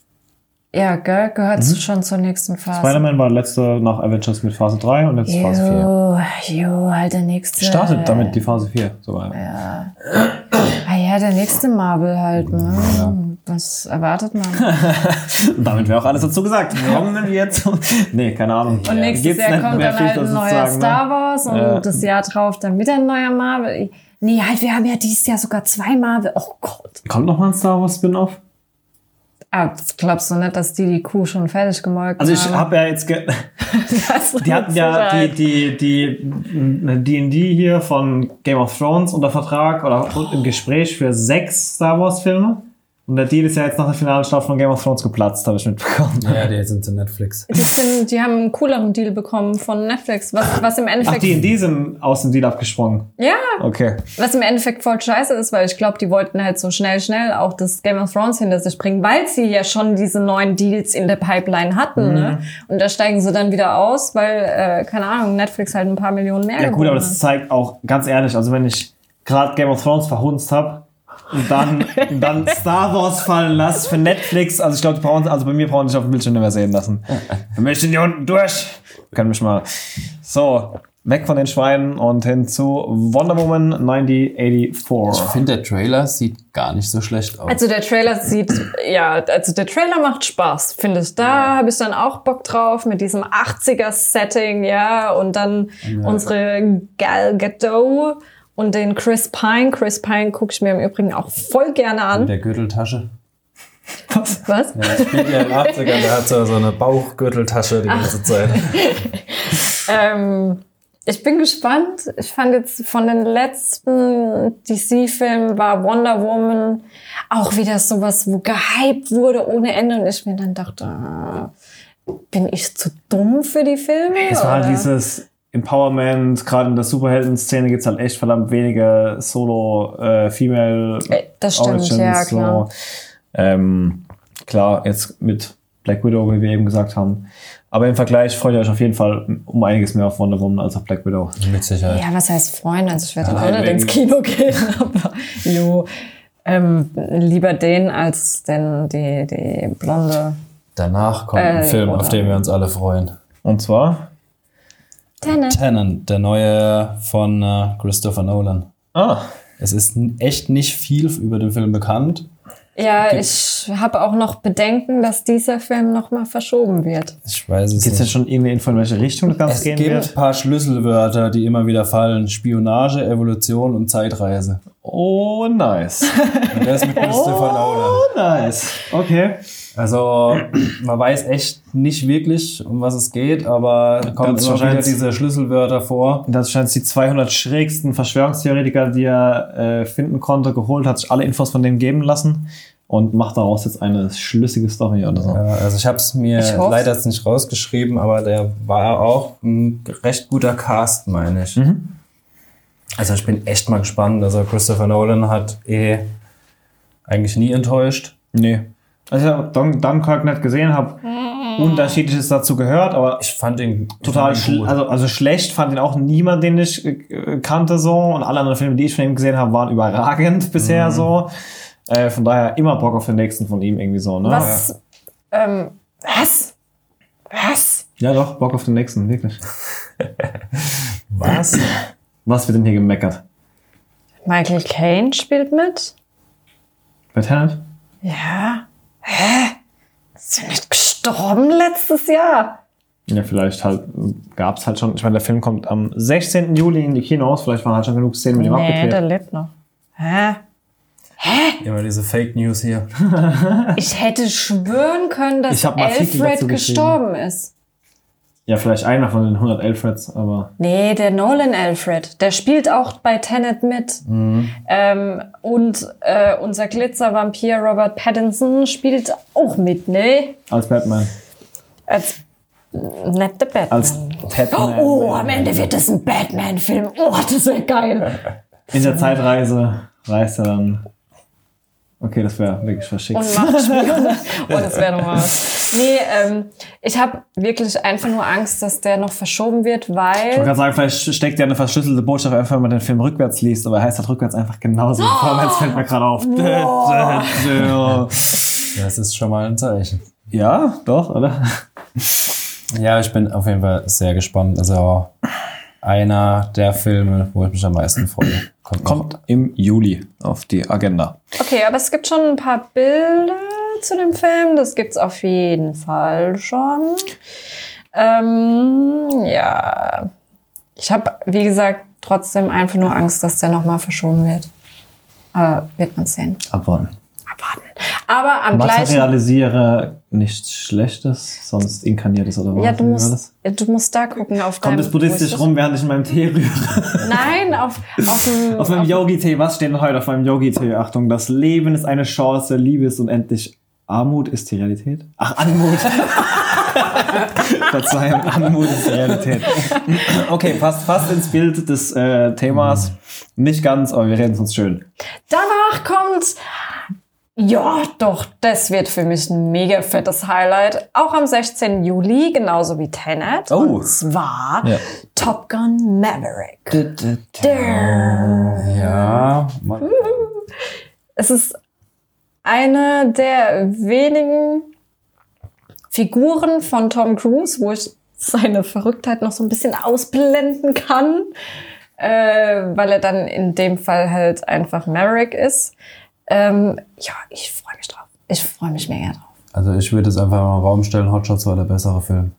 ja, gell, gehört schon zur nächsten Phase. Spider-Man war der letzte nach Avengers mit Phase drei und jetzt Phase vier. Jo, jo, halt der nächste. Startet damit die Phase vier sogar. Ja. Ah ja, der nächste Marvel halt, ne? Was erwartet man? Und damit wäre auch alles dazu gesagt. Kommen wir jetzt? Nee, keine Ahnung. Und nächstes Gibt's Jahr nicht kommt mehr dann viel halt ein dazu zu neuer sagen, ne? Star Wars und Ja. das Jahr drauf dann wieder ein neuer Marvel. Nee, halt, wir haben ja dieses Jahr sogar zwei Marvel. Oh Gott. Kommt noch mal ein Star Wars Spin-off? Ah, glaubst du nicht, dass die die Kuh schon fertig gemolken Also ich haben? habe ja jetzt... Ge Das die hatten ja die die die D und D hier von Game of Thrones unter Vertrag oder im Gespräch für sechs Star Wars Filme. Und der Deal ist ja jetzt nach der finalen Staffel von Game of Thrones geplatzt, habe ich mitbekommen. Ja, die sind zu Netflix. Die, sind, die haben einen cooleren Deal bekommen von Netflix, was, was im Ach, Endeffekt... die und die sind aus dem Deal abgesprungen. Ja, Okay. was im Endeffekt voll scheiße ist, weil ich glaube, die wollten halt so schnell, schnell auch das Game of Thrones hinter sich bringen, weil sie ja schon diese neuen Deals in der Pipeline hatten. Mhm. Ne? Und da steigen sie dann wieder aus, weil, äh, keine Ahnung, Netflix halt ein paar Millionen mehr Ja gut, aber geboten das hat. zeigt auch, ganz ehrlich, also wenn ich gerade Game of Thrones verhunzt habe und dann, dann Star Wars fallen lasse für Netflix, also ich glaube, die brauchen, also bei mir brauchen die sich auf dem Bildschirm nicht mehr sehen lassen. Dann möchte ich die unten durch. Können mich mal. So, weg von den Schweinen und hin zu Wonder Woman Ich neunzehnhundertvierundachtzig. finde, der Trailer sieht gar nicht so schlecht aus. Also der Trailer sieht, ja, also der Trailer macht Spaß, finde ich. Da habe ich dann auch Bock drauf mit diesem achtziger-Setting, ja, und dann unsere Gal Gadot und den Chris Pine. Chris Pine gucke ich mir im Übrigen auch voll gerne Mit an. der Gürteltasche. Was? Ja, spielt ja in den achtzigern, der hat so, so eine Bauchgürteltasche die ganze Zeit. Ähm, ich bin gespannt. Ich fand jetzt von den letzten D C-Filmen war Wonder Woman auch wieder sowas, wo gehypt wurde ohne Ende und ich mir dann dachte, ah, bin ich zu dumm für die Filme? Es war halt oder? dieses Empowerment, gerade in der Superhelden-Szene gibt es halt echt verdammt wenige Solo-Female Äh, das stimmt, ja, klar. So. Ähm, klar, jetzt mit Black Widow, wie wir eben gesagt haben. Aber im Vergleich freut ihr euch auf jeden Fall um einiges mehr auf Wonder Woman als auf Black Widow. Mit Sicherheit. Ja, was heißt freuen? Also ich werde auch Allein nicht ins wegen- Kino gehen, aber jo, ähm, lieber den als den, die, die blonde Danach kommt ein Äh, Film, auf oder- den wir uns alle freuen. Und zwar? Tenet. Tenet, der neue von äh, Christopher Nolan. Ah, Es ist n- echt nicht viel über den Film bekannt. Ja, ich habe auch noch Bedenken, dass dieser Film nochmal verschoben wird. Ich weiß es gibt es nicht. jetzt schon irgendwie Info, in welche Richtung das Ganze Es gehen gibt ein wird? paar Schlüsselwörter, die immer wieder fallen. Spionage, Evolution und Zeitreise. Oh, nice. Und das mit Christopher Nolan. Oh, nice. Okay. Also, man weiß echt nicht wirklich, um was es geht, aber da kommen Ganz immer wieder wahrscheinlich- diese Schlüsselwörter vor. Und das scheint die zweihundert schrägsten Verschwörungstheoretiker, die er äh, finden konnte, geholt, hat sich alle Infos von denen geben lassen und macht daraus jetzt eine schlüssige Story oder so. Ja, also ich habe es mir Ich hoff's. leider jetzt nicht rausgeschrieben, aber der war auch ein recht guter Cast, meine ich. Mhm. Also ich bin echt mal gespannt. Also Christopher Nolan hat eh eigentlich nie enttäuscht. Nee. Also ich habe Dun- Dunkirk nicht gesehen, habe Unterschiedliches dazu gehört, aber Ich fand ihn total ich fand ihn schl gut. also, also schlecht fand ihn auch niemand, den ich äh, kannte so. Und alle anderen Filme, die ich von ihm gesehen habe, waren überragend bisher so. Äh, von daher immer Bock auf den nächsten von ihm irgendwie so, ne? Was? Ähm, was? Was? Ja doch, Bock auf den nächsten, wirklich. Was? Was wird denn hier gemeckert? Michael Caine spielt mit? Bei Tenet? Ja. Hä? Ist er nicht gestorben letztes Jahr? Ja, vielleicht halt gab es halt schon, ich meine, der Film kommt am sechzehnten Juli in die Kinos, vielleicht waren halt schon genug Szenen mit ihm Nee, abgedreht. der lebt noch. Hä? Immer diese Fake News hier. Ich hätte schwören können, dass Ich hab einen Artikel dazu Alfred geschrieben. gestorben ist. Ja, vielleicht einer von den hundert Alfreds, aber... Nee, der Nolan Alfred, der spielt auch bei Tenet mit. Mhm. Ähm, und äh, unser Glitzervampir Robert Pattinson spielt auch mit, ne? Als Batman. Als nicht der Batman. Als Batman. Oh, am Ende wird das ein Batman-Film. Oh, das wäre geil. In der Zeitreise reist er dann... Okay, das wäre wirklich verschickt. Und macht Spione. Oh, das wäre nochmal was. Nee, ähm, ich habe wirklich einfach nur Angst, dass der noch verschoben wird, Ich weil... wollte gerade sagen, vielleicht steckt ja eine verschlüsselte Botschaft einfach, wenn man den Film rückwärts liest, aber er heißt halt rückwärts einfach genauso wie vorwärts, fällt mir gerade auf. Das ist schon mal ein Zeichen. Ja, doch, oder? Ja, ich bin auf jeden Fall sehr gespannt. Also einer der Filme, wo ich mich am meisten freue. Kommt, Kommt im Juli auf die Agenda. Okay, aber es gibt schon ein paar Bilder zu dem Film. Das gibt's auf jeden Fall schon. Ähm, ja. Ich habe, wie gesagt, trotzdem einfach nur Angst, dass der nochmal verschoben wird. Aber wird man sehen. Abwarten. Abwarten. Aber am gleichen... Materialisiere nichts Schlechtes, sonst inkarniertes oder was? Ja, du Wie war musst, das? du musst da gucken auf Kommt deinem... es buddhistisch wo ist rum, während ich in meinem Tee rühre. das? Nein, auf, auf dem... Auf meinem Yogi-Tee, was steht denn heute auf meinem Yogi-Tee? Achtung, das Leben ist eine Chance, Liebe ist unendlich. Armut ist die Realität? Ach, Anmut. Verzeihung, Anmut ist die Realität. Okay, passt fast ins Bild des äh, Themas. Nicht ganz, aber wir reden es uns schön. Danach kommt... Ja, doch, das wird für mich ein mega fettes Highlight. Auch am sechzehnten Juli, genauso wie Tenet. Oh. Und zwar Ja. Top Gun Maverick. Der. Ja, man, Es ist eine der wenigen Figuren von Tom Cruise, wo ich seine Verrücktheit noch so ein bisschen ausblenden kann, äh, weil er dann in dem Fall halt einfach Maverick ist. Ähm, ja, ich freue mich drauf. Ich freue mich mega drauf. also ich würde es einfach mal im Raum stellen, Hot Shots war der bessere Film.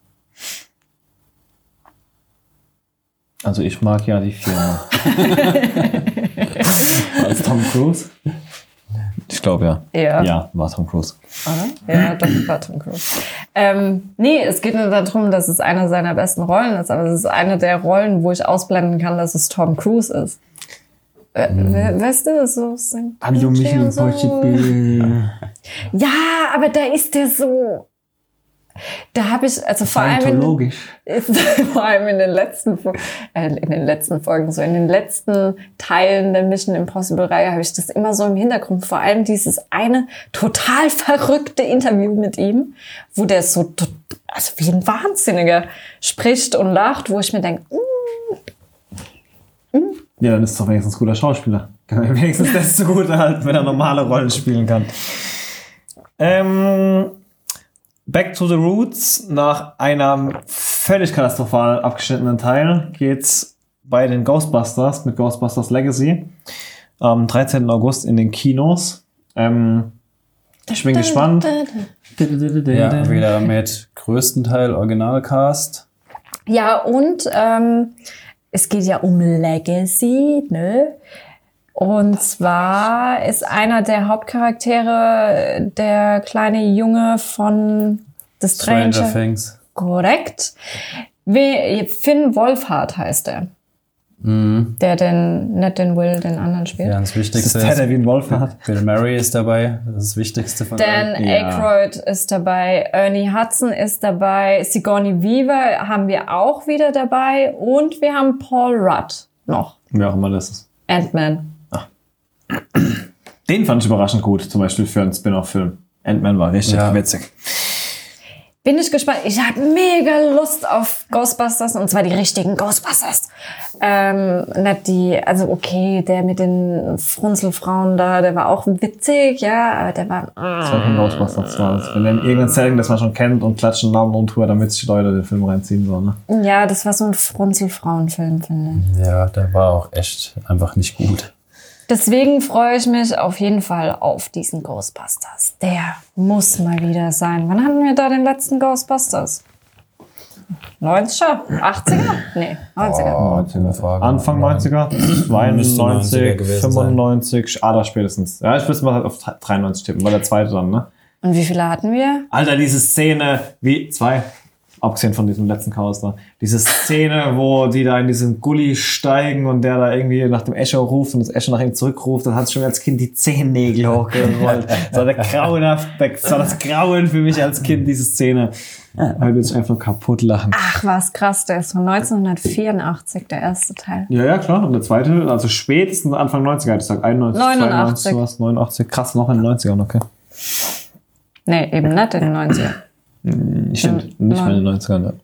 Also ich mag ja die Firma. Als Tom Cruise? Ich glaube ja. Ja. Ja, war Tom Cruise. Oder? Ja, doch, war Tom Cruise. Ähm, nee, es geht nur darum, dass es eine seiner besten Rollen ist, aber es ist eine der Rollen, wo ich ausblenden kann, dass es Tom Cruise ist. Äh, we- Weißt du, so Mission so. Impossible. Ja, aber da ist der so. Da habe ich, also vor allem, in, Scientologisch. vor allem in den letzten, Fo- äh, in den letzten Folgen, so in den letzten Teilen der Mission Impossible Reihe habe ich das immer so im Hintergrund. Vor allem dieses eine total verrückte Interview mit ihm, wo der so, tot- also wie ein Wahnsinniger spricht und lacht, wo ich mir denke, mm, Ja, dann ist es doch wenigstens ein guter Schauspieler. Kann er wenigstens das zugute halten, wenn er normale Rollen spielen kann. Ähm, Back to the Roots. Nach einem völlig katastrophal abgeschnittenen Teil geht's bei den Ghostbusters mit Ghostbusters Legacy am dreizehnten August in den Kinos. Ähm, ich bin gespannt. Ja, wieder mit größten Teil Originalcast. ja, und ähm, es geht ja um Legacy, ne? Und zwar ist einer der Hauptcharaktere der kleine Junge von The Stranger, Stranger Things. Korrekt. Wie, Finn Wolfhard heißt er. Mhm. Der den, nicht den Will, den anderen spielt. Ja, das Das Wichtigste ist der, ist, der wie ein Wolf hat. Bill Murray ist dabei. Das ist das Wichtigste von Dan allen. Ja. Aykroyd ist dabei, Ernie Hudson ist dabei, Sigourney Weaver haben wir auch wieder dabei und wir haben Paul Rudd noch. Wer auch immer das ist. Ant-Man. Den fand ich überraschend gut, zum Beispiel für einen Spin-off-Film. Ant-Man war richtig Ja. witzig. Bin ich gespannt. Ich habe mega Lust auf Ghostbusters und zwar die richtigen Ghostbusters. Ähm, nicht die, also okay, der mit den Frunzelfrauen da, der war auch witzig, ja, aber der war. Das war kein Ghostbusters zwei. Wir nennen irgendein Setting, das man schon kennt und klatschen Namen und Tour, damit sich die Leute den Film reinziehen sollen. Ne? Ja, das war so ein Frunzelfrauenfilm, finde ich. Ja, der war auch echt einfach nicht gut. Deswegen freue ich mich auf jeden Fall auf diesen Ghostbusters. Der muss mal wieder sein. Wann hatten wir da den letzten Ghostbusters? neunziger? achtziger? Nee, neunziger. Oh, gute Frage. Anfang neunziger, zweiundneunzig, neunziger gewesen fünfundneunzig, ah, da spätestens. Ja, ich müsste mal halt auf dreiundneunzig tippen, war der zweite dann, ne? Und wie viele hatten wir? Alter, diese Szene, wie, zwei, abgesehen von diesem letzten Chaos da, diese Szene, wo die da in diesen Gully steigen und der da irgendwie nach dem Echo ruft und das Echo nach ihm zurückruft, dann hat es schon als Kind die Zehennägel hochgerollt. Das war der grauenhaft, das war das Grauen für mich als Kind, diese Szene. Heute will ich einfach kaputt lachen. Ach, was krass, der ist von neunzehnhundertvierundachtzig, der erste Teil. Ja, ja, klar. Und der zweite, also spätestens Anfang neunziger, ich sag einundneunzig, neunundachtzig. zweiundneunzig, sowas, neunundachtzig. Krass, noch in den neunzigern, okay. Nee, eben nicht in den neunzigern. Stimmt, nicht mehr in den neunzigern, ja.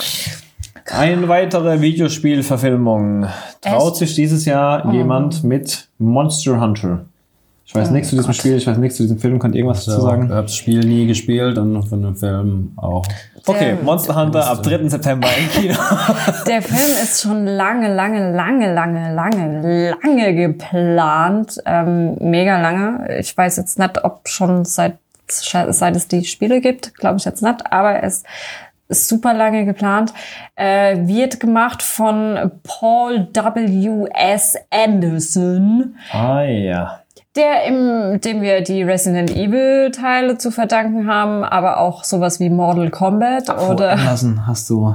Eine weitere Videospielverfilmung. Traut Echt? sich dieses Jahr Oh. jemand mit Monster Hunter? Ich weiß Oh nichts zu diesem Gott. Spiel, ich weiß nichts zu diesem Film. Könnt ihr irgendwas dazu Ich sagen? habe das Spiel nie gespielt und von dem Film auch. Okay, Der- Monster Hunter ab dritten September im Kino. Der Film ist schon lange, lange, lange, lange, lange, lange geplant. Ähm, mega lange. Ich weiß jetzt nicht, ob schon seit, seit es die Spiele gibt. Glaube ich jetzt nicht. Aber es ist super lange geplant. Äh, wird gemacht von Paul W S Anderson. Ah ja. Der, im, dem wir die Resident Evil Teile zu verdanken haben, aber auch sowas wie Mortal Kombat oder, Anderson hast du.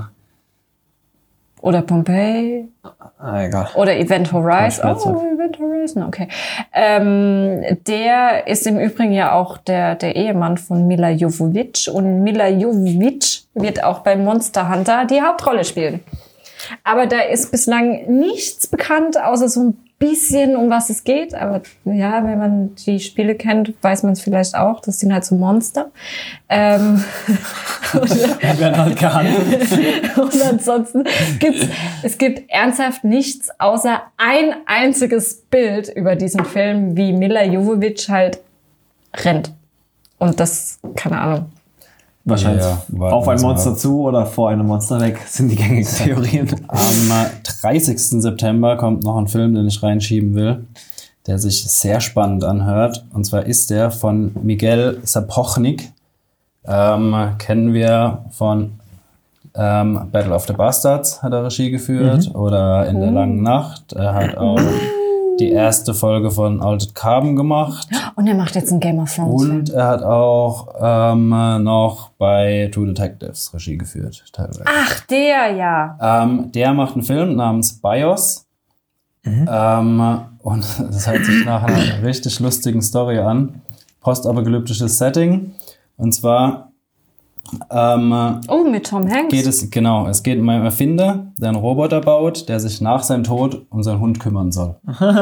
oder Pompeii Ah, egal. oder Event Horizon. Kein Schmerz. Oh, Event Horizon, okay. Ähm, der ist im Übrigen ja auch der, der Ehemann von Mila Jovovich und Mila Jovovich wird auch bei Monster Hunter die Hauptrolle spielen. Aber da ist bislang nichts bekannt, außer so ein bisschen, um was es geht. Aber ja, wenn man die Spiele kennt, weiß man es vielleicht auch. Das sind halt so Monster. Ähm, Die werden halt gehandelt. und ansonsten gibt's, es gibt ernsthaft nichts, außer ein einziges Bild über diesen Film, wie Mila Jovovich halt rennt. Und das, keine Ahnung. Wahrscheinlich. Ja, warten auf ein wir's mal Monster ab. zu oder vor einem Monster weg, sind die gängigen Theorien. Am dreißigsten September kommt noch ein Film, den ich reinschieben will, der sich sehr spannend anhört. Und zwar ist der von Miguel Sapochnik. Ähm, kennen wir von ähm, Battle of the Bastards, hat er Regie geführt. Oder In der langen Nacht. Er hat auch die erste Folge von Altered Carbon gemacht. Und er macht jetzt einen Game of Thrones Film. Und er hat auch ähm, noch bei True Detectives Regie geführt, teilweise. Ach, der, ja. Ähm, der macht einen Film namens BIOS. Ähm, und das hört sich nach einer richtig lustigen Story an. Postapokalyptisches Setting. Und zwar ähm, Oh, mit Tom Hanks. geht es, genau, es geht um einen Erfinder, der einen Roboter baut, der sich nach seinem Tod um seinen Hund kümmern soll.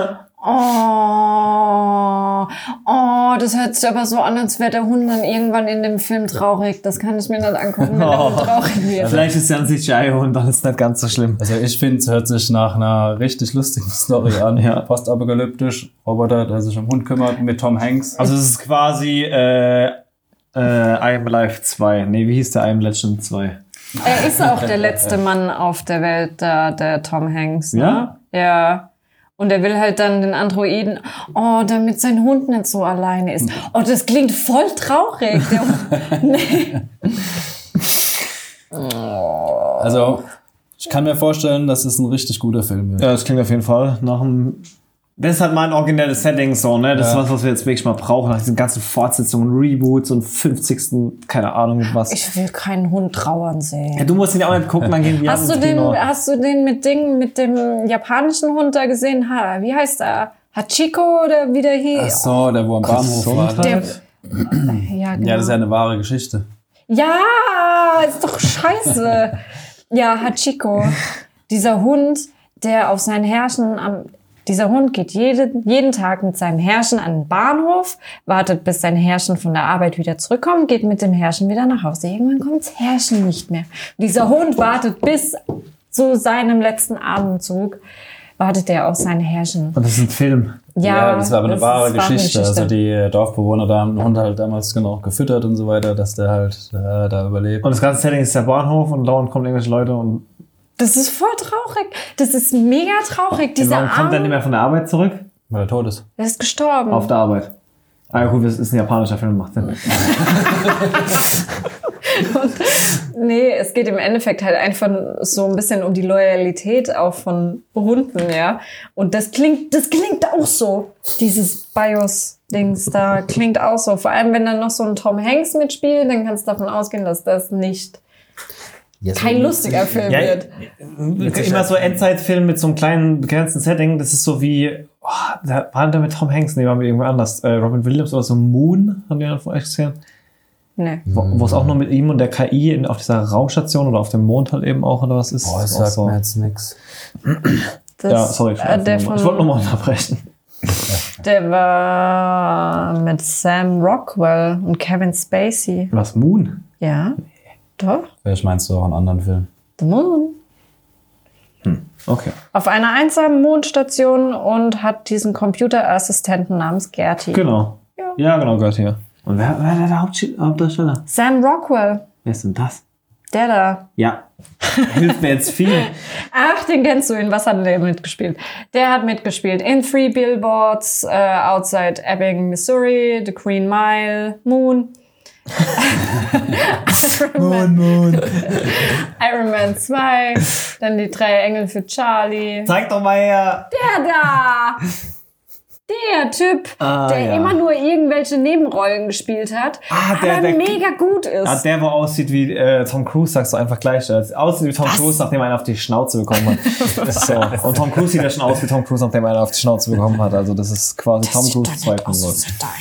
Oh, oh, das hört sich aber so an, als wäre der Hund dann irgendwann in dem Film traurig. Das kann ich mir nicht angucken, wenn der Hund traurig wird. Vielleicht ist ja ein C G I-Hund, dann ist es nicht ganz so schlimm. Also ich finde, es hört sich nach einer richtig lustigen Story an. Ja. Postapokalyptisch, Roboter, der sich um den Hund kümmert, mit Tom Hanks. Also es ist quasi äh, äh, I Am Alive zwei. Nee, wie hieß der I Am Legend zwei? Er ist auch der letzte Mann auf der Welt, der, der Tom Hanks. Ne? Ja? Ja. Und er will halt dann den Androiden, oh, damit sein Hund nicht so alleine ist. Oh, das klingt voll traurig. Der, nee. Also, ich kann mir vorstellen, dass es ein richtig guter Film wird. Ja, das klingt auf jeden Fall nach einem... Das ist halt mein originelles Setting so, ne? Das Ja. ist was, was wir jetzt wirklich mal brauchen, nach diesen ganzen Fortsetzungen, Reboots und fünfzigsten keine Ahnung was. Ich will keinen Hund trauern sehen. Ja, du musst ihn ja auch nicht gucken, dann gehen wir Hast du, ins den, Kino. hast du den mit Ding, mit dem japanischen Hund da gesehen? Ha, wie heißt er? Hachiko oder wie der hieß? Ach so, der wo am Bahnhof war. ne? Der, ja, genau. Ja, das ist ja eine wahre Geschichte. Ja, ist doch scheiße. Ja, Hachiko. Dieser Hund, der auf sein Herrschen am... Dieser Hund geht jeden, jeden Tag mit seinem Herrchen an den Bahnhof, wartet, bis sein Herrchen von der Arbeit wieder zurückkommt, geht mit dem Herrchen wieder nach Hause. Irgendwann kommt das Herrchen nicht mehr. Dieser Hund wartet bis zu seinem letzten Atemzug, wartet er auf sein Herrchen. Und das ist ein Film. Ja, das war aber eine das wahre ist Geschichte. Also die Dorfbewohner da haben den Hund halt damals genau gefüttert und so weiter, dass der halt äh, da überlebt. Und das ganze Setting ist der Bahnhof und dauernd kommen irgendwelche Leute und Das ist voll traurig. Das ist mega traurig. Dieser wann kommt er nicht Arme, mehr von der Arbeit zurück? Weil er tot ist. der ist gestorben. Auf der Arbeit. Ah ja, gut, das ist ein japanischer Film, macht Sinn. Und, nee, es geht im Endeffekt halt einfach so ein bisschen um die Loyalität auch von Hunden, ja. Und das klingt, das klingt auch so. Dieses BIOS-Dings da klingt auch so. Vor allem, wenn dann noch so ein Tom Hanks mitspielt, dann kannst du davon ausgehen, dass das nicht Yes, kein lustiger Film Ja, wird. immer so Endzeitfilm mit so einem kleinen, begrenzten Setting. Das ist so wie, oh, da war der mit Tom Hanks, nee, war mit irgendwer anders. Äh, Robin Williams oder so Moon, haben die ja von euch gesehen? Nee. Wo, wo es auch nur mit ihm und der K I in, auf dieser Raumstation oder auf dem Mond halt eben auch oder was ist. Boah, das Auch sagt so. mir jetzt nix. Das, Ja, sorry. Ich, äh, der ich von, wollte nochmal unterbrechen. Der war mit Sam Rockwell und Kevin Spacey. Was, Moon? Ja, doch. Vielleicht meinst du auch einen anderen Film. The Moon. Okay. Auf einer einsamen Mondstation und hat diesen Computerassistenten namens Gertie. Genau. Ja. Ja, genau, gehört hier. Und wer, wer ist der Hauptsch- Hauptdarsteller? Sam Rockwell, Wer ist denn das? der da. Ja. Hilft mir jetzt viel. Ach, den kennst du, in was hat der mitgespielt? Der hat mitgespielt in Three Billboards, äh, Outside Ebbing, Missouri, The Green Mile, Moon. Iron Man, Moon. Iron Man zwei, dann die drei Engel für Charlie. Zeig doch mal her. Der da! Der Typ, Ah, der ja. immer nur irgendwelche Nebenrollen gespielt hat, Ah, der- aber der- mega gut ist. Ah, der, wo aussieht wie äh, Tom Cruise, sagst du einfach gleich. Der aussieht wie Tom Cruise, nachdem er einen auf die Schnauze bekommen hat. Das ist so. Und Tom Cruise sieht ja schon aus wie Tom Cruise, nachdem er einen auf die Schnauze bekommen hat. Also das ist quasi Tom Cruise zwei Punkt null.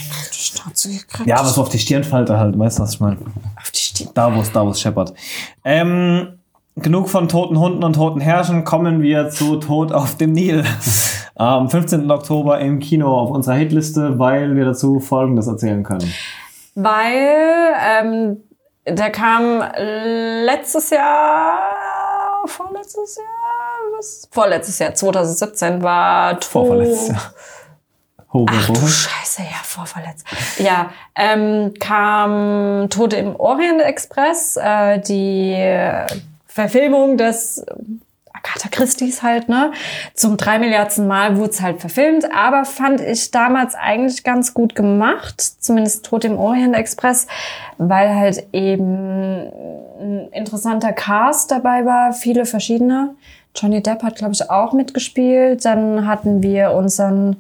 Ja, aber so auf die Stirnfalte halt, weißt du, was ich meine? Auf die Stirn. Da, wo es da, wo es scheppert. Ähm, genug von toten Hunden und toten Herrschen, kommen wir zu Tod auf dem Nil. Am fünfzehnten Oktober im Kino auf unserer Hitliste, weil wir dazu Folgendes erzählen können. Weil ähm, der kam letztes Jahr, vorletztes Jahr, was? Vorletztes Jahr, zwanzig siebzehn war Tod. Vorverletztes Jahr. Hobe, Ach du Hobe. Scheiße, ja, vorverletzt. Ja, ähm, kam Tote im Orient Express, äh, die äh, Verfilmung des Agatha Christie's halt, ne? Zum drei Milliardsten Mal wurde es halt verfilmt, aber fand ich damals eigentlich ganz gut gemacht, zumindest Tod im Orient Express, weil halt eben ein interessanter Cast dabei war, viele verschiedene. Johnny Depp hat, glaube ich, auch mitgespielt. Dann hatten wir unseren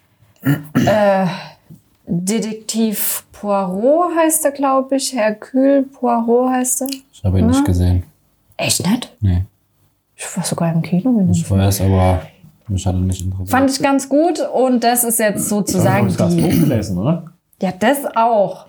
äh, Detektiv Poirot, heißt er, glaube ich. Hercule Poirot heißt er. Ich habe ihn Na? nicht gesehen. Echt nicht? Nee. Ich war sogar im Kino. Mit dem Ich Film. weiß, aber mich hat er nicht interessiert. Fand ich ganz gut und das ist jetzt sozusagen Du hast das Buch die... gelesen, oder? Ja, das auch.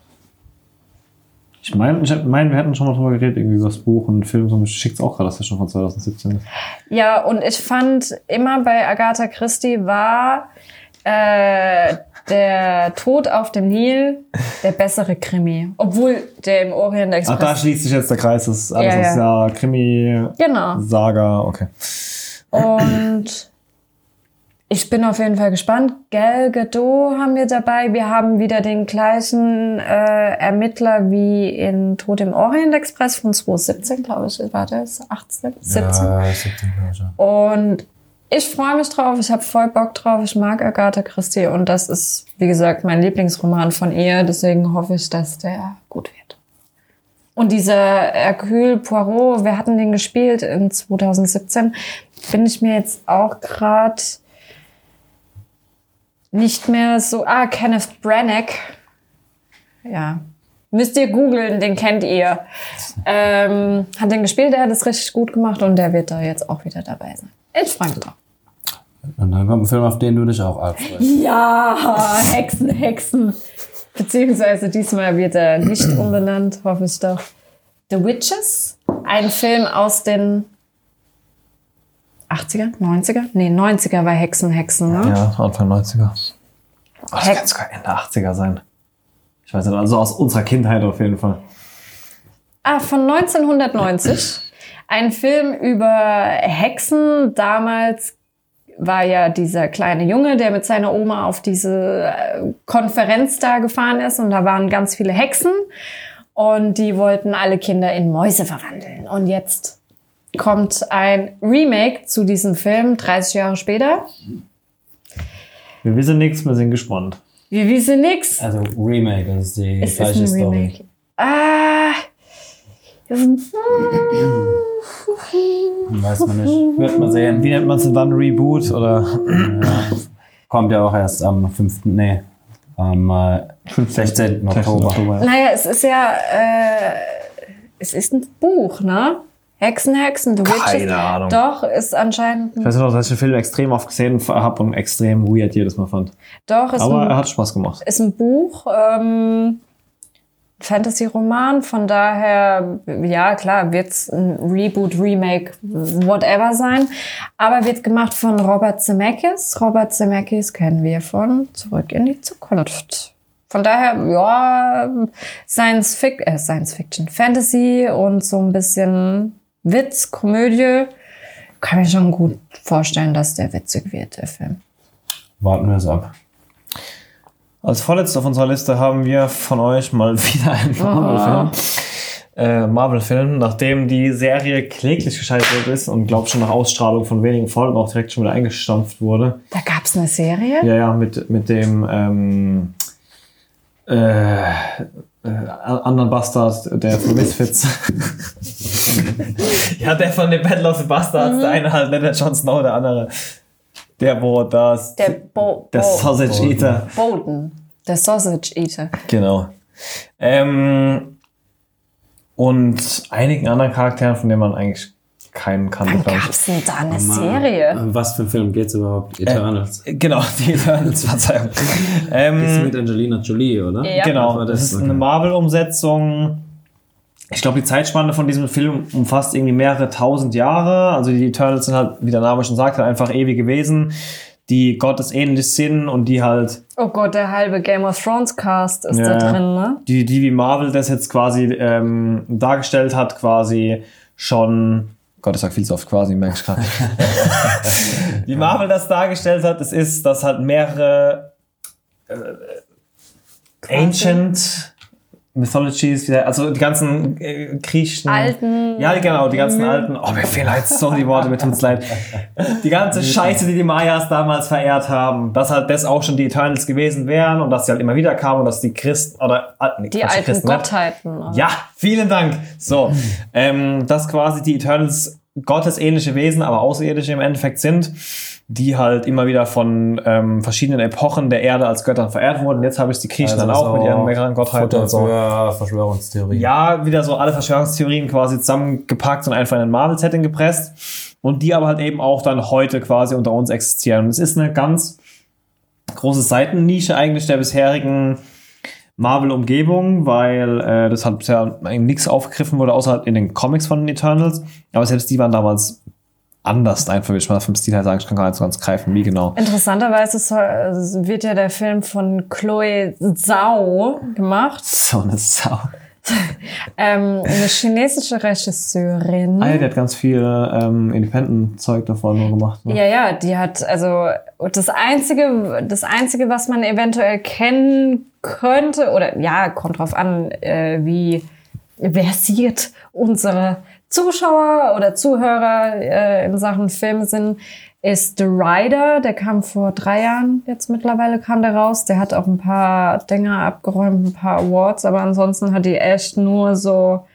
Ich meine, ich mein, wir hätten schon mal drüber geredet, irgendwie über das Buch und den Film. So, ich schick's auch gerade, dass der schon von zwanzig siebzehn ist. Ja, und ich fand immer bei Agatha Christie war äh, der Tod auf dem Nil der bessere Krimi. Obwohl der im Orient Ach, Express... da schließt sich jetzt der Kreis. Das ist alles, Ja, ja, ist ja. ja Krimi, Genau. Saga, okay. Und ich bin auf jeden Fall gespannt. Gal Gadot haben wir dabei. Wir haben wieder den gleichen äh, Ermittler wie in Tod im Orient Express von zwanzig siebzehn, glaube ich. War das? achtzehn? siebzehn? Ja, siebzehn, glaube ich. Ja. Und ich freue mich drauf. Ich habe voll Bock drauf. Ich mag Agatha Christie. Und das ist, wie gesagt, mein Lieblingsroman von ihr. Deswegen hoffe ich, dass der gut wird. Und dieser Hercule Poirot, wir hatten den gespielt in zwanzig siebzehn, bin ich mir jetzt auch gerade nicht mehr so... Ah, Kenneth Branagh. Ja, müsst ihr googeln, den kennt ihr. Ähm, hat den gespielt, der hat es richtig gut gemacht und der wird da jetzt auch wieder dabei sein. Ich freue mich drauf. Und dann kommt ein Film, auf den du dich auch arg freust. Ja, Hexen, Hexen. Beziehungsweise diesmal wird er nicht umbenannt, hoffe ich doch. The Witches, ein Film aus den achtziger, neunziger? Nee, neunziger war Hexen, Hexen, ne? Ja, Anfang neunziger. Oh, das Hex- kann sogar Ende achtziger sein. Ich weiß nicht, also aus unserer Kindheit auf jeden Fall. Ah, von neunzehnhundertneunzig. Ein Film über Hexen. Damals war ja dieser kleine Junge, der mit seiner Oma auf diese äh, Konferenz da gefahren ist. Und da waren ganz viele Hexen. Und die wollten alle Kinder in Mäuse verwandeln. Und jetzt kommt ein Remake zu diesem Film, dreißig Jahre später. Wir wissen nichts, wir sind gespannt. Wir wissen nix. Also Remake, das ist die Es ist gleiche ein Story. Remake. Ah, Weiß man nicht. Wird man sehen. Wie nennt man es denn dann? Reboot? Oder? Ja. Kommt ja auch erst am fünften Nee, am äh, sechzehnten Oktober. Naja, es ist ja, äh, es ist ein Buch, ne? Hexen, Hexen, The Witches. Keine Ahnung. Doch, ist anscheinend. Ich weiß noch, dass ich den Film extrem oft gesehen habe und extrem weird jedes Mal fand. Doch, ist Aber ein, er hat Spaß gemacht. ist ein Buch, ähm, Fantasy-Roman, von daher, ja klar, wird es ein Reboot, Remake, whatever sein, aber wird gemacht von Robert Zemeckis. Robert Zemeckis kennen wir von Zurück in die Zukunft. Von daher, ja, Science, Fic äh, Science Fiction, Fantasy und so ein bisschen Witz, Komödie. Kann mir schon gut vorstellen, dass der witzig wird, der Film. Warten wir es ab. Als vorletzter auf unserer Liste haben wir von euch mal wieder einen Marvel-Film. Äh, Marvel-Film, nachdem die Serie kläglich gescheitert ist und glaube schon nach Ausstrahlung von wenigen Folgen auch direkt schon wieder eingestampft wurde. Da gab es eine Serie? Ja, ja, mit, mit dem ähm, äh, äh, anderen Bastard, der von Misfits. Ja, der von den Battle of the Bastards, mhm. Der eine halt, nicht der Jon Snow, der andere. Der, wo das... Der, Bo- der Bo- Sausage Bolton. Eater. Bolton. Der Sausage Eater. Genau. Ähm, und einigen anderen Charakteren, von denen man eigentlich keinen kannte. Wann gab es denn da eine Serie? Was für ein Film geht's überhaupt? Eternals. Äh, genau, die Eternals, Verzeihung. ähm, das ist mit Angelina Jolie, oder? Ja. Genau, das, das ist okay. Eine Marvel-Umsetzung. Ich glaube, die Zeitspanne von diesem Film umfasst irgendwie mehrere tausend Jahre. Also die Eternals sind halt, wie der Name schon sagt, halt einfach ewige Wesen, die gottesähnlich sind und die halt... Oh Gott, der halbe Game of Thrones Cast ist ja, da drin, ne? Die, die wie Marvel das jetzt quasi ähm, dargestellt hat, quasi schon... Gott, ich sag viel zu oft quasi, merke ich gerade. Wie Marvel das dargestellt hat, es ist, dass halt mehrere äh, Ancient Mythologies, also die ganzen äh, griechischen... Alten... Ja, genau, die ganzen alten... Oh, mir fehlen halt so die Worte, mir tut's leid. Die ganze Scheiße, die die Mayas damals verehrt haben, dass halt das auch schon die Eternals gewesen wären und dass sie halt immer wieder kamen und dass die Christen... oder nee, Die Quatsch, alten Christen, Gottheiten. Oder? Ja, vielen Dank. So, ähm, dass quasi die Eternals gottesähnliche Wesen, aber außerirdische im Endeffekt sind, die halt immer wieder von ähm, verschiedenen Epochen der Erde als Göttern verehrt wurden. Jetzt habe ich die Griechen also dann auch mit ihren mehreren Gottheiten und so. Ja, Verschwörungstheorien. Ja, wieder so alle Verschwörungstheorien quasi zusammengepackt und einfach in ein Marvel-Setting gepresst. Und die aber halt eben auch dann heute quasi unter uns existieren. Und es ist eine ganz große Seitennische eigentlich der bisherigen Marvel-Umgebung, weil äh, das hat bisher nichts aufgegriffen wurde, außer halt in den Comics von den Eternals. Aber selbst die waren damals anders, einfach, will ich mal vom Stil her sagen. Ich kann gar nicht so ganz greifen, wie genau. Interessanterweise soll, wird ja der Film von Chloe Zhao gemacht. So eine Sau. ähm, eine chinesische Regisseurin. Ah ja, die hat ganz viel ähm, Independent-Zeug davor nur gemacht. Ne? Ja, ja, die hat, also das Einzige, das Einzige, was man eventuell kennen könnte, oder ja, kommt drauf an, äh, wie versiert unsere Zuschauer oder Zuhörer äh, in Sachen Film sind, ist The Rider. Der kam vor drei Jahren, jetzt mittlerweile kam der raus. Der hat auch ein paar Dinger abgeräumt, ein paar Awards, aber ansonsten hat die echt nur so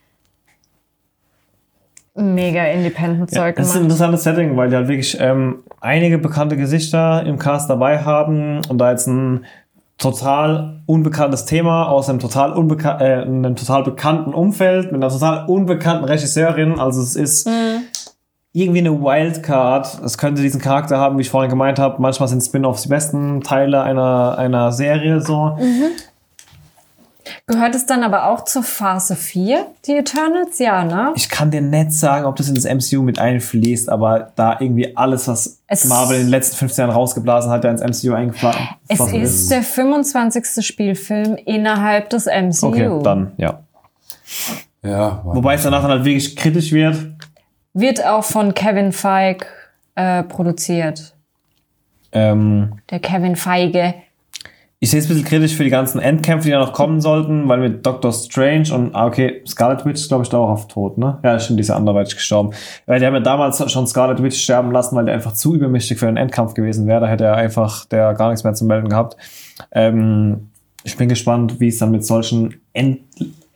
mega Independent-Zeug ja, gemacht. Das ist ein interessantes Setting, weil die halt wirklich ähm, einige bekannte Gesichter im Cast dabei haben und da jetzt ein total unbekanntes Thema aus einem total, unbeka- äh, einem total bekannten Umfeld mit einer total unbekannten Regisseurin. Also es ist mhm. irgendwie eine Wildcard. Es könnte diesen Charakter haben, wie ich vorhin gemeint habe. Manchmal sind Spin-offs die besten Teile einer, einer Serie. So. Mhm. Gehört es dann aber auch zur Phase vier, die Eternals? Ja, ne? Ich kann dir nicht sagen, ob das in das M C U mit einfließt, aber da irgendwie alles, was es Marvel in den letzten fünfzehn Jahren rausgeblasen hat, der ins M C U eingeflossen ist. Es ist der fünfundzwanzigste Spielfilm innerhalb des M C U. Okay, dann, ja. Ja. Wobei es danach dann halt wirklich kritisch wird. Wird auch von Kevin Feige äh, produziert. Ähm, der Kevin Feige. Ich sehe es ein bisschen kritisch für die ganzen Endkämpfe, die da noch kommen sollten, weil mit Doctor Strange und, ah, okay, Scarlet Witch ist, glaube ich, dauerhaft tot, ne? Ja, stimmt, die ist ja anderweitig gestorben. Weil die haben ja damals schon Scarlet Witch sterben lassen, weil der einfach zu übermächtig für einen Endkampf gewesen wäre. Da hätte er einfach der gar nichts mehr zu melden gehabt. Ähm, ich bin gespannt, wie es dann mit solchen End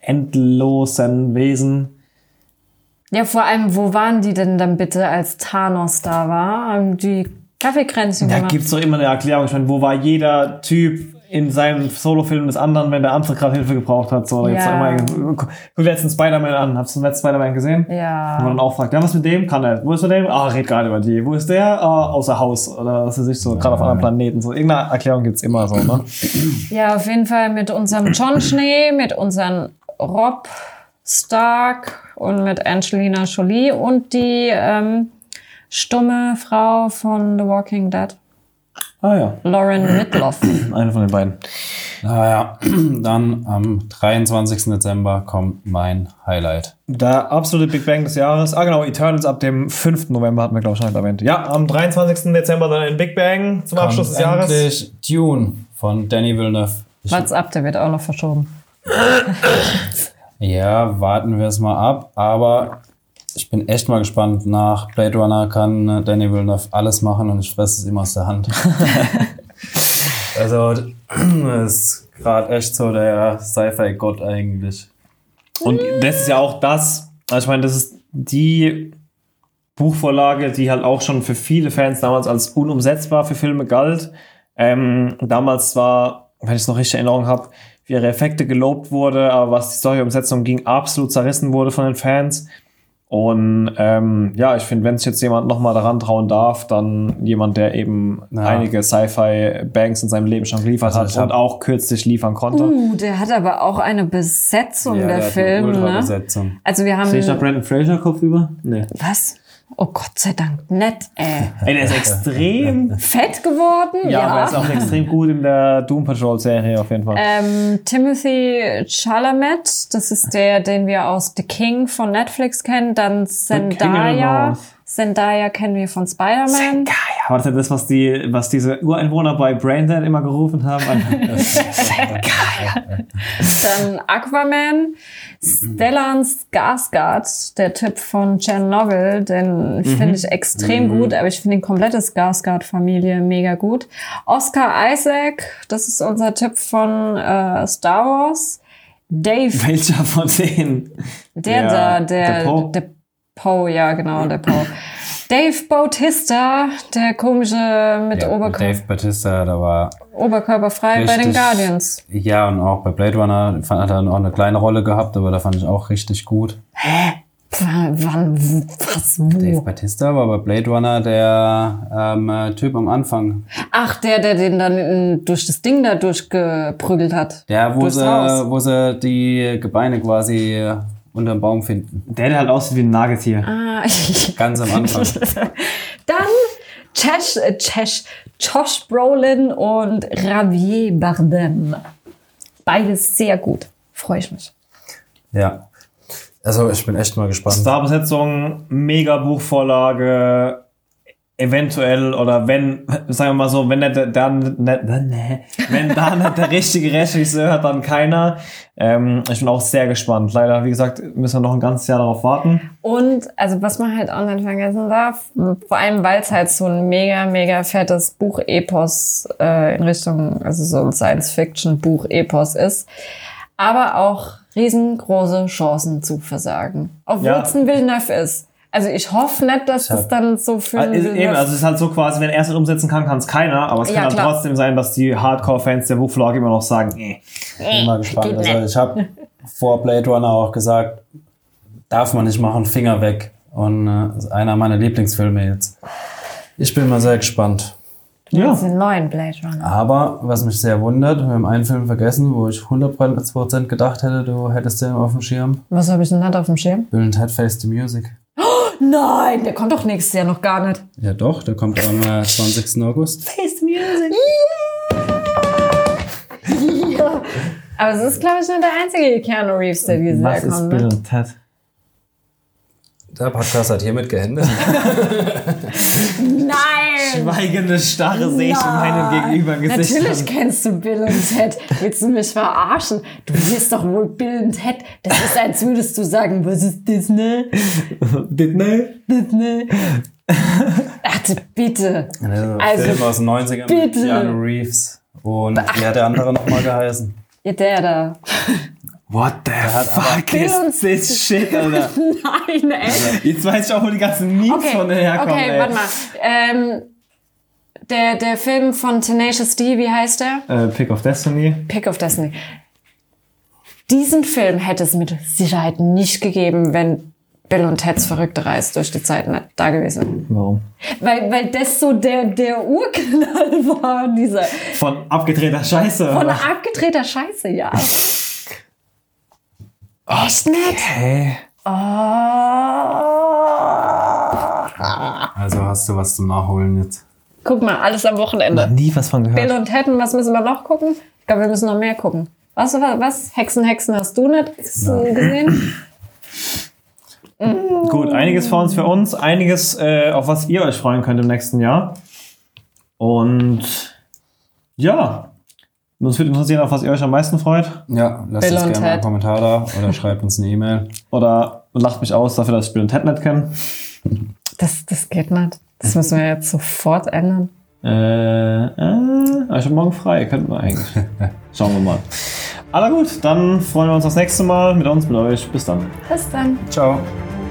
endlosen Wesen. Ja, vor allem, wo waren die denn dann bitte, als Thanos da war? Haben die Kaffeekränzchen Da gemacht? gibt's doch immer eine Erklärung. Ich meine, wo war jeder Typ in seinem Solofilm des anderen, wenn der andere gerade Hilfe gebraucht hat? So, jetzt Ja. einmal, guck dir letzten Spider-Man an. Hast du den letzten Spider-Man gesehen? Ja. Wo man dann auch fragt, ja, was mit dem? Kann er. Wo ist mit dem? Ah, red gerade über die. Wo ist der? Ah, außer Haus. Oder was weiß ich, so, gerade auf anderen Planeten. So, irgendeine Erklärung gibt's immer so, ne? Ja, auf jeden Fall mit unserem John Schnee, mit unserem Rob Stark und mit Angelina Jolie und die ähm, stumme Frau von The Walking Dead, Ah ja, Lauren Midloff. eine von den beiden. Naja, dann am dreiundzwanzigsten Dezember kommt mein Highlight. Der absolute Big Bang des Jahres. Ah genau, Eternals ab dem fünften November hatten wir, glaube ich, schon erwähnt. Ja, am dreiundzwanzigsten Dezember dann ein Big Bang zum Abschluss des Jahres. Endlich Dune von Denis Villeneuve. Ich, What's up, der wird auch noch verschoben. ja, warten wir es mal ab. Aber ich bin echt mal gespannt. Nach Blade Runner kann äh, Denis Villeneuve alles machen und ich fresse es ihm aus der Hand. Also, das ist gerade echt so der Sci-Fi-Gott eigentlich. Und das ist ja auch das, also ich meine, das ist die Buchvorlage, die halt auch schon für viele Fans damals als unumsetzbar für Filme galt. Ähm, damals zwar, wenn ich es noch richtig in Erinnerung habe, wie ihre Effekte gelobt wurde, aber was die Story-Umsetzung ging, absolut zerrissen wurde von den Fans. Und ähm, ja, ich finde, wenn sich jetzt jemand nochmal daran trauen darf, dann jemand, der eben Ja. einige Sci-Fi-Banks in seinem Leben schon geliefert Also hat ich hab- und auch kürzlich liefern konnte. Uh, der hat aber auch eine Besetzung, Ja, der der hat eine Film, ne? Ultra-Besetzung. Also wir haben... Sehe ich da Brandon Fraser Kopf über? Nee. Was? Oh Gott sei Dank, nett, ey. Ey, der ist extrem. Fett geworden? Ja, Ja. aber er ist auch extrem gut in der Doom Patrol Serie auf jeden Fall. Ähm, Timothy Chalamet, das ist der, den wir aus The King von Netflix kennen. Dann King in the Zendaya. North. Zendaya kennen wir von Spider-Man. Ja, war das ja das, was die, was diese Ureinwohner bei Braindead immer gerufen haben? Dann Aquaman. Stellan Skarsgård, der Typ von Chernobyl, den finde ich extrem gut, aber ich finde die komplette Skarsgård-Familie mega gut. Oscar Isaac, das ist unser Typ von äh, Star Wars. Dave, Welcher von denen? der Ja, da, der der, Poe. der Poe, ja genau, der Poe. Dave Bautista, der komische mit Ja, Oberkörper, Dave Bautista, da war oberkörperfrei bei den richtig- Guardians. ja und auch bei Blade Runner fand, hat er auch eine kleine Rolle gehabt, aber da fand ich auch richtig gut. Wann, was, Dave wo? Bautista war bei Blade Runner der ähm, äh, Typ am Anfang. Ach, der, der den dann in, durch das Ding da durchgeprügelt hat. Der, wo Durchs sie, Haus. wo sie die Gebeine quasi äh, unterm Baum finden. Der, der halt aussieht wie ein Nagetier. Ah, Ganz am Anfang. Dann Josh, äh, Josh, Josh Brolin und Javier Bardem. Beides sehr gut. Freue ich mich. Ja. Also ich bin echt mal gespannt. Starbesetzung, mega Buchvorlage, eventuell, oder wenn, sagen wir mal so, wenn der, dann, ne, ne, wenn da nicht der richtige Regisseur hat, dann keiner. Ähm, ich bin auch sehr gespannt. Leider, wie gesagt, müssen wir noch ein ganzes Jahr darauf warten. Und, also was man halt auch nicht vergessen darf, vor allem weil es halt so ein mega, mega fettes Buch-Epos äh, in Richtung, also so ein Science-Fiction-Buch-Epos ist, aber auch riesengroße Chancen zu versagen. Obwohl Ja. es ein Villeneuve ist. Also ich hoffe nicht, dass das dann so für Also, einen ist, eben, also es ist halt so quasi, wenn er es nicht umsetzen kann, kann es keiner, aber es Ja, kann halt klar. trotzdem sein, dass die Hardcore-Fans der Buchvorlage immer noch sagen, eh. Bin mal gespannt. Also ich habe vor Blade Runner auch gesagt, darf man nicht machen, Finger weg. Und äh, ist einer meiner Lieblingsfilme jetzt. Ich bin mal sehr gespannt. Ja. den neuen Blade Runner. Aber was mich sehr wundert, wir haben einen Film vergessen, wo ich hundert Prozent gedacht hätte, du hättest den auf dem Schirm. Was habe ich denn nicht auf dem Schirm? Bill and Ted Face the Music. Nein, der kommt doch nächstes Jahr noch gar nicht. Ja doch, der kommt am äh, zwanzigsten August. Face the Music. Ja. Aber es ist, glaube ich, nicht der einzige Keanu Reeves, der dieses Jahr Was ist kommt. Bill Ne? und Ted? Der Podcast hat hiermit geendet. Nein! Schweigende Starre sehe ich in meinem gegenüber Gesicht. Natürlich kennst du Bill und Ted. Willst du mich verarschen? Du wirst doch wohl Bill und Ted. Das ist, als würdest du sagen, was ist das, ne? Disney? Das, ne? Ach, bitte. Der Also, Film aus den neunzigern bitte. mit Keanu Reeves. Und wie hat der andere nochmal geheißen? Ja, der da. What the fuck Bill und- is this shit, Alter? Nein, ey. Jetzt weiß ich auch, wo die ganzen Memes Okay, von herkommen, okay, ey. warte mal. Ähm, der, der Film von Tenacious D, wie heißt der? Äh, Pick of Destiny. Pick of Destiny. Diesen Film hätte es mit Sicherheit nicht gegeben, wenn Bill und Teds verrückte Reise durch die Zeit nicht da gewesen. Warum? Weil, weil das so der, der Urknall war, dieser Von abgedrehter Scheiße. von oder? abgedrehter Scheiße, ja. Echt nett? Okay. Oh. Also hast du was zum Nachholen jetzt. Guck mal, alles am Wochenende. Nie was von gehört. Bill und Ted, und was müssen wir noch gucken? Ich glaube, wir müssen noch mehr gucken. Was, was, was? Hexen, Hexen hast du nicht gesehen? Gut, einiges vor uns für uns, einiges, äh, auf was ihr euch freuen könnt im nächsten Jahr. Und ja, uns würde interessieren, auf was ihr euch am meisten freut. Ja, lasst Bill uns und gerne einen Ted. Kommentar da oder schreibt uns eine E-Mail. Oder lacht mich aus dafür, dass ich Bill und Ted nicht kenne. Das, das geht nicht. Das müssen wir jetzt sofort ändern. Äh, äh, ich habe morgen frei, könnten wir eigentlich. Schauen wir mal. Aber gut, dann freuen wir uns aufs nächste Mal mit uns, mit euch. Bis dann. Bis dann. Ciao.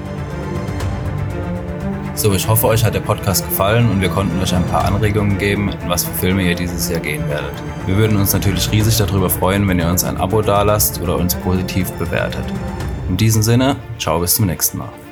So, ich hoffe, euch hat der Podcast gefallen und wir konnten euch ein paar Anregungen geben, in was für Filme ihr dieses Jahr gehen werdet. Wir würden uns natürlich riesig darüber freuen, wenn ihr uns ein Abo dalasst oder uns positiv bewertet. In diesem Sinne, ciao, bis zum nächsten Mal.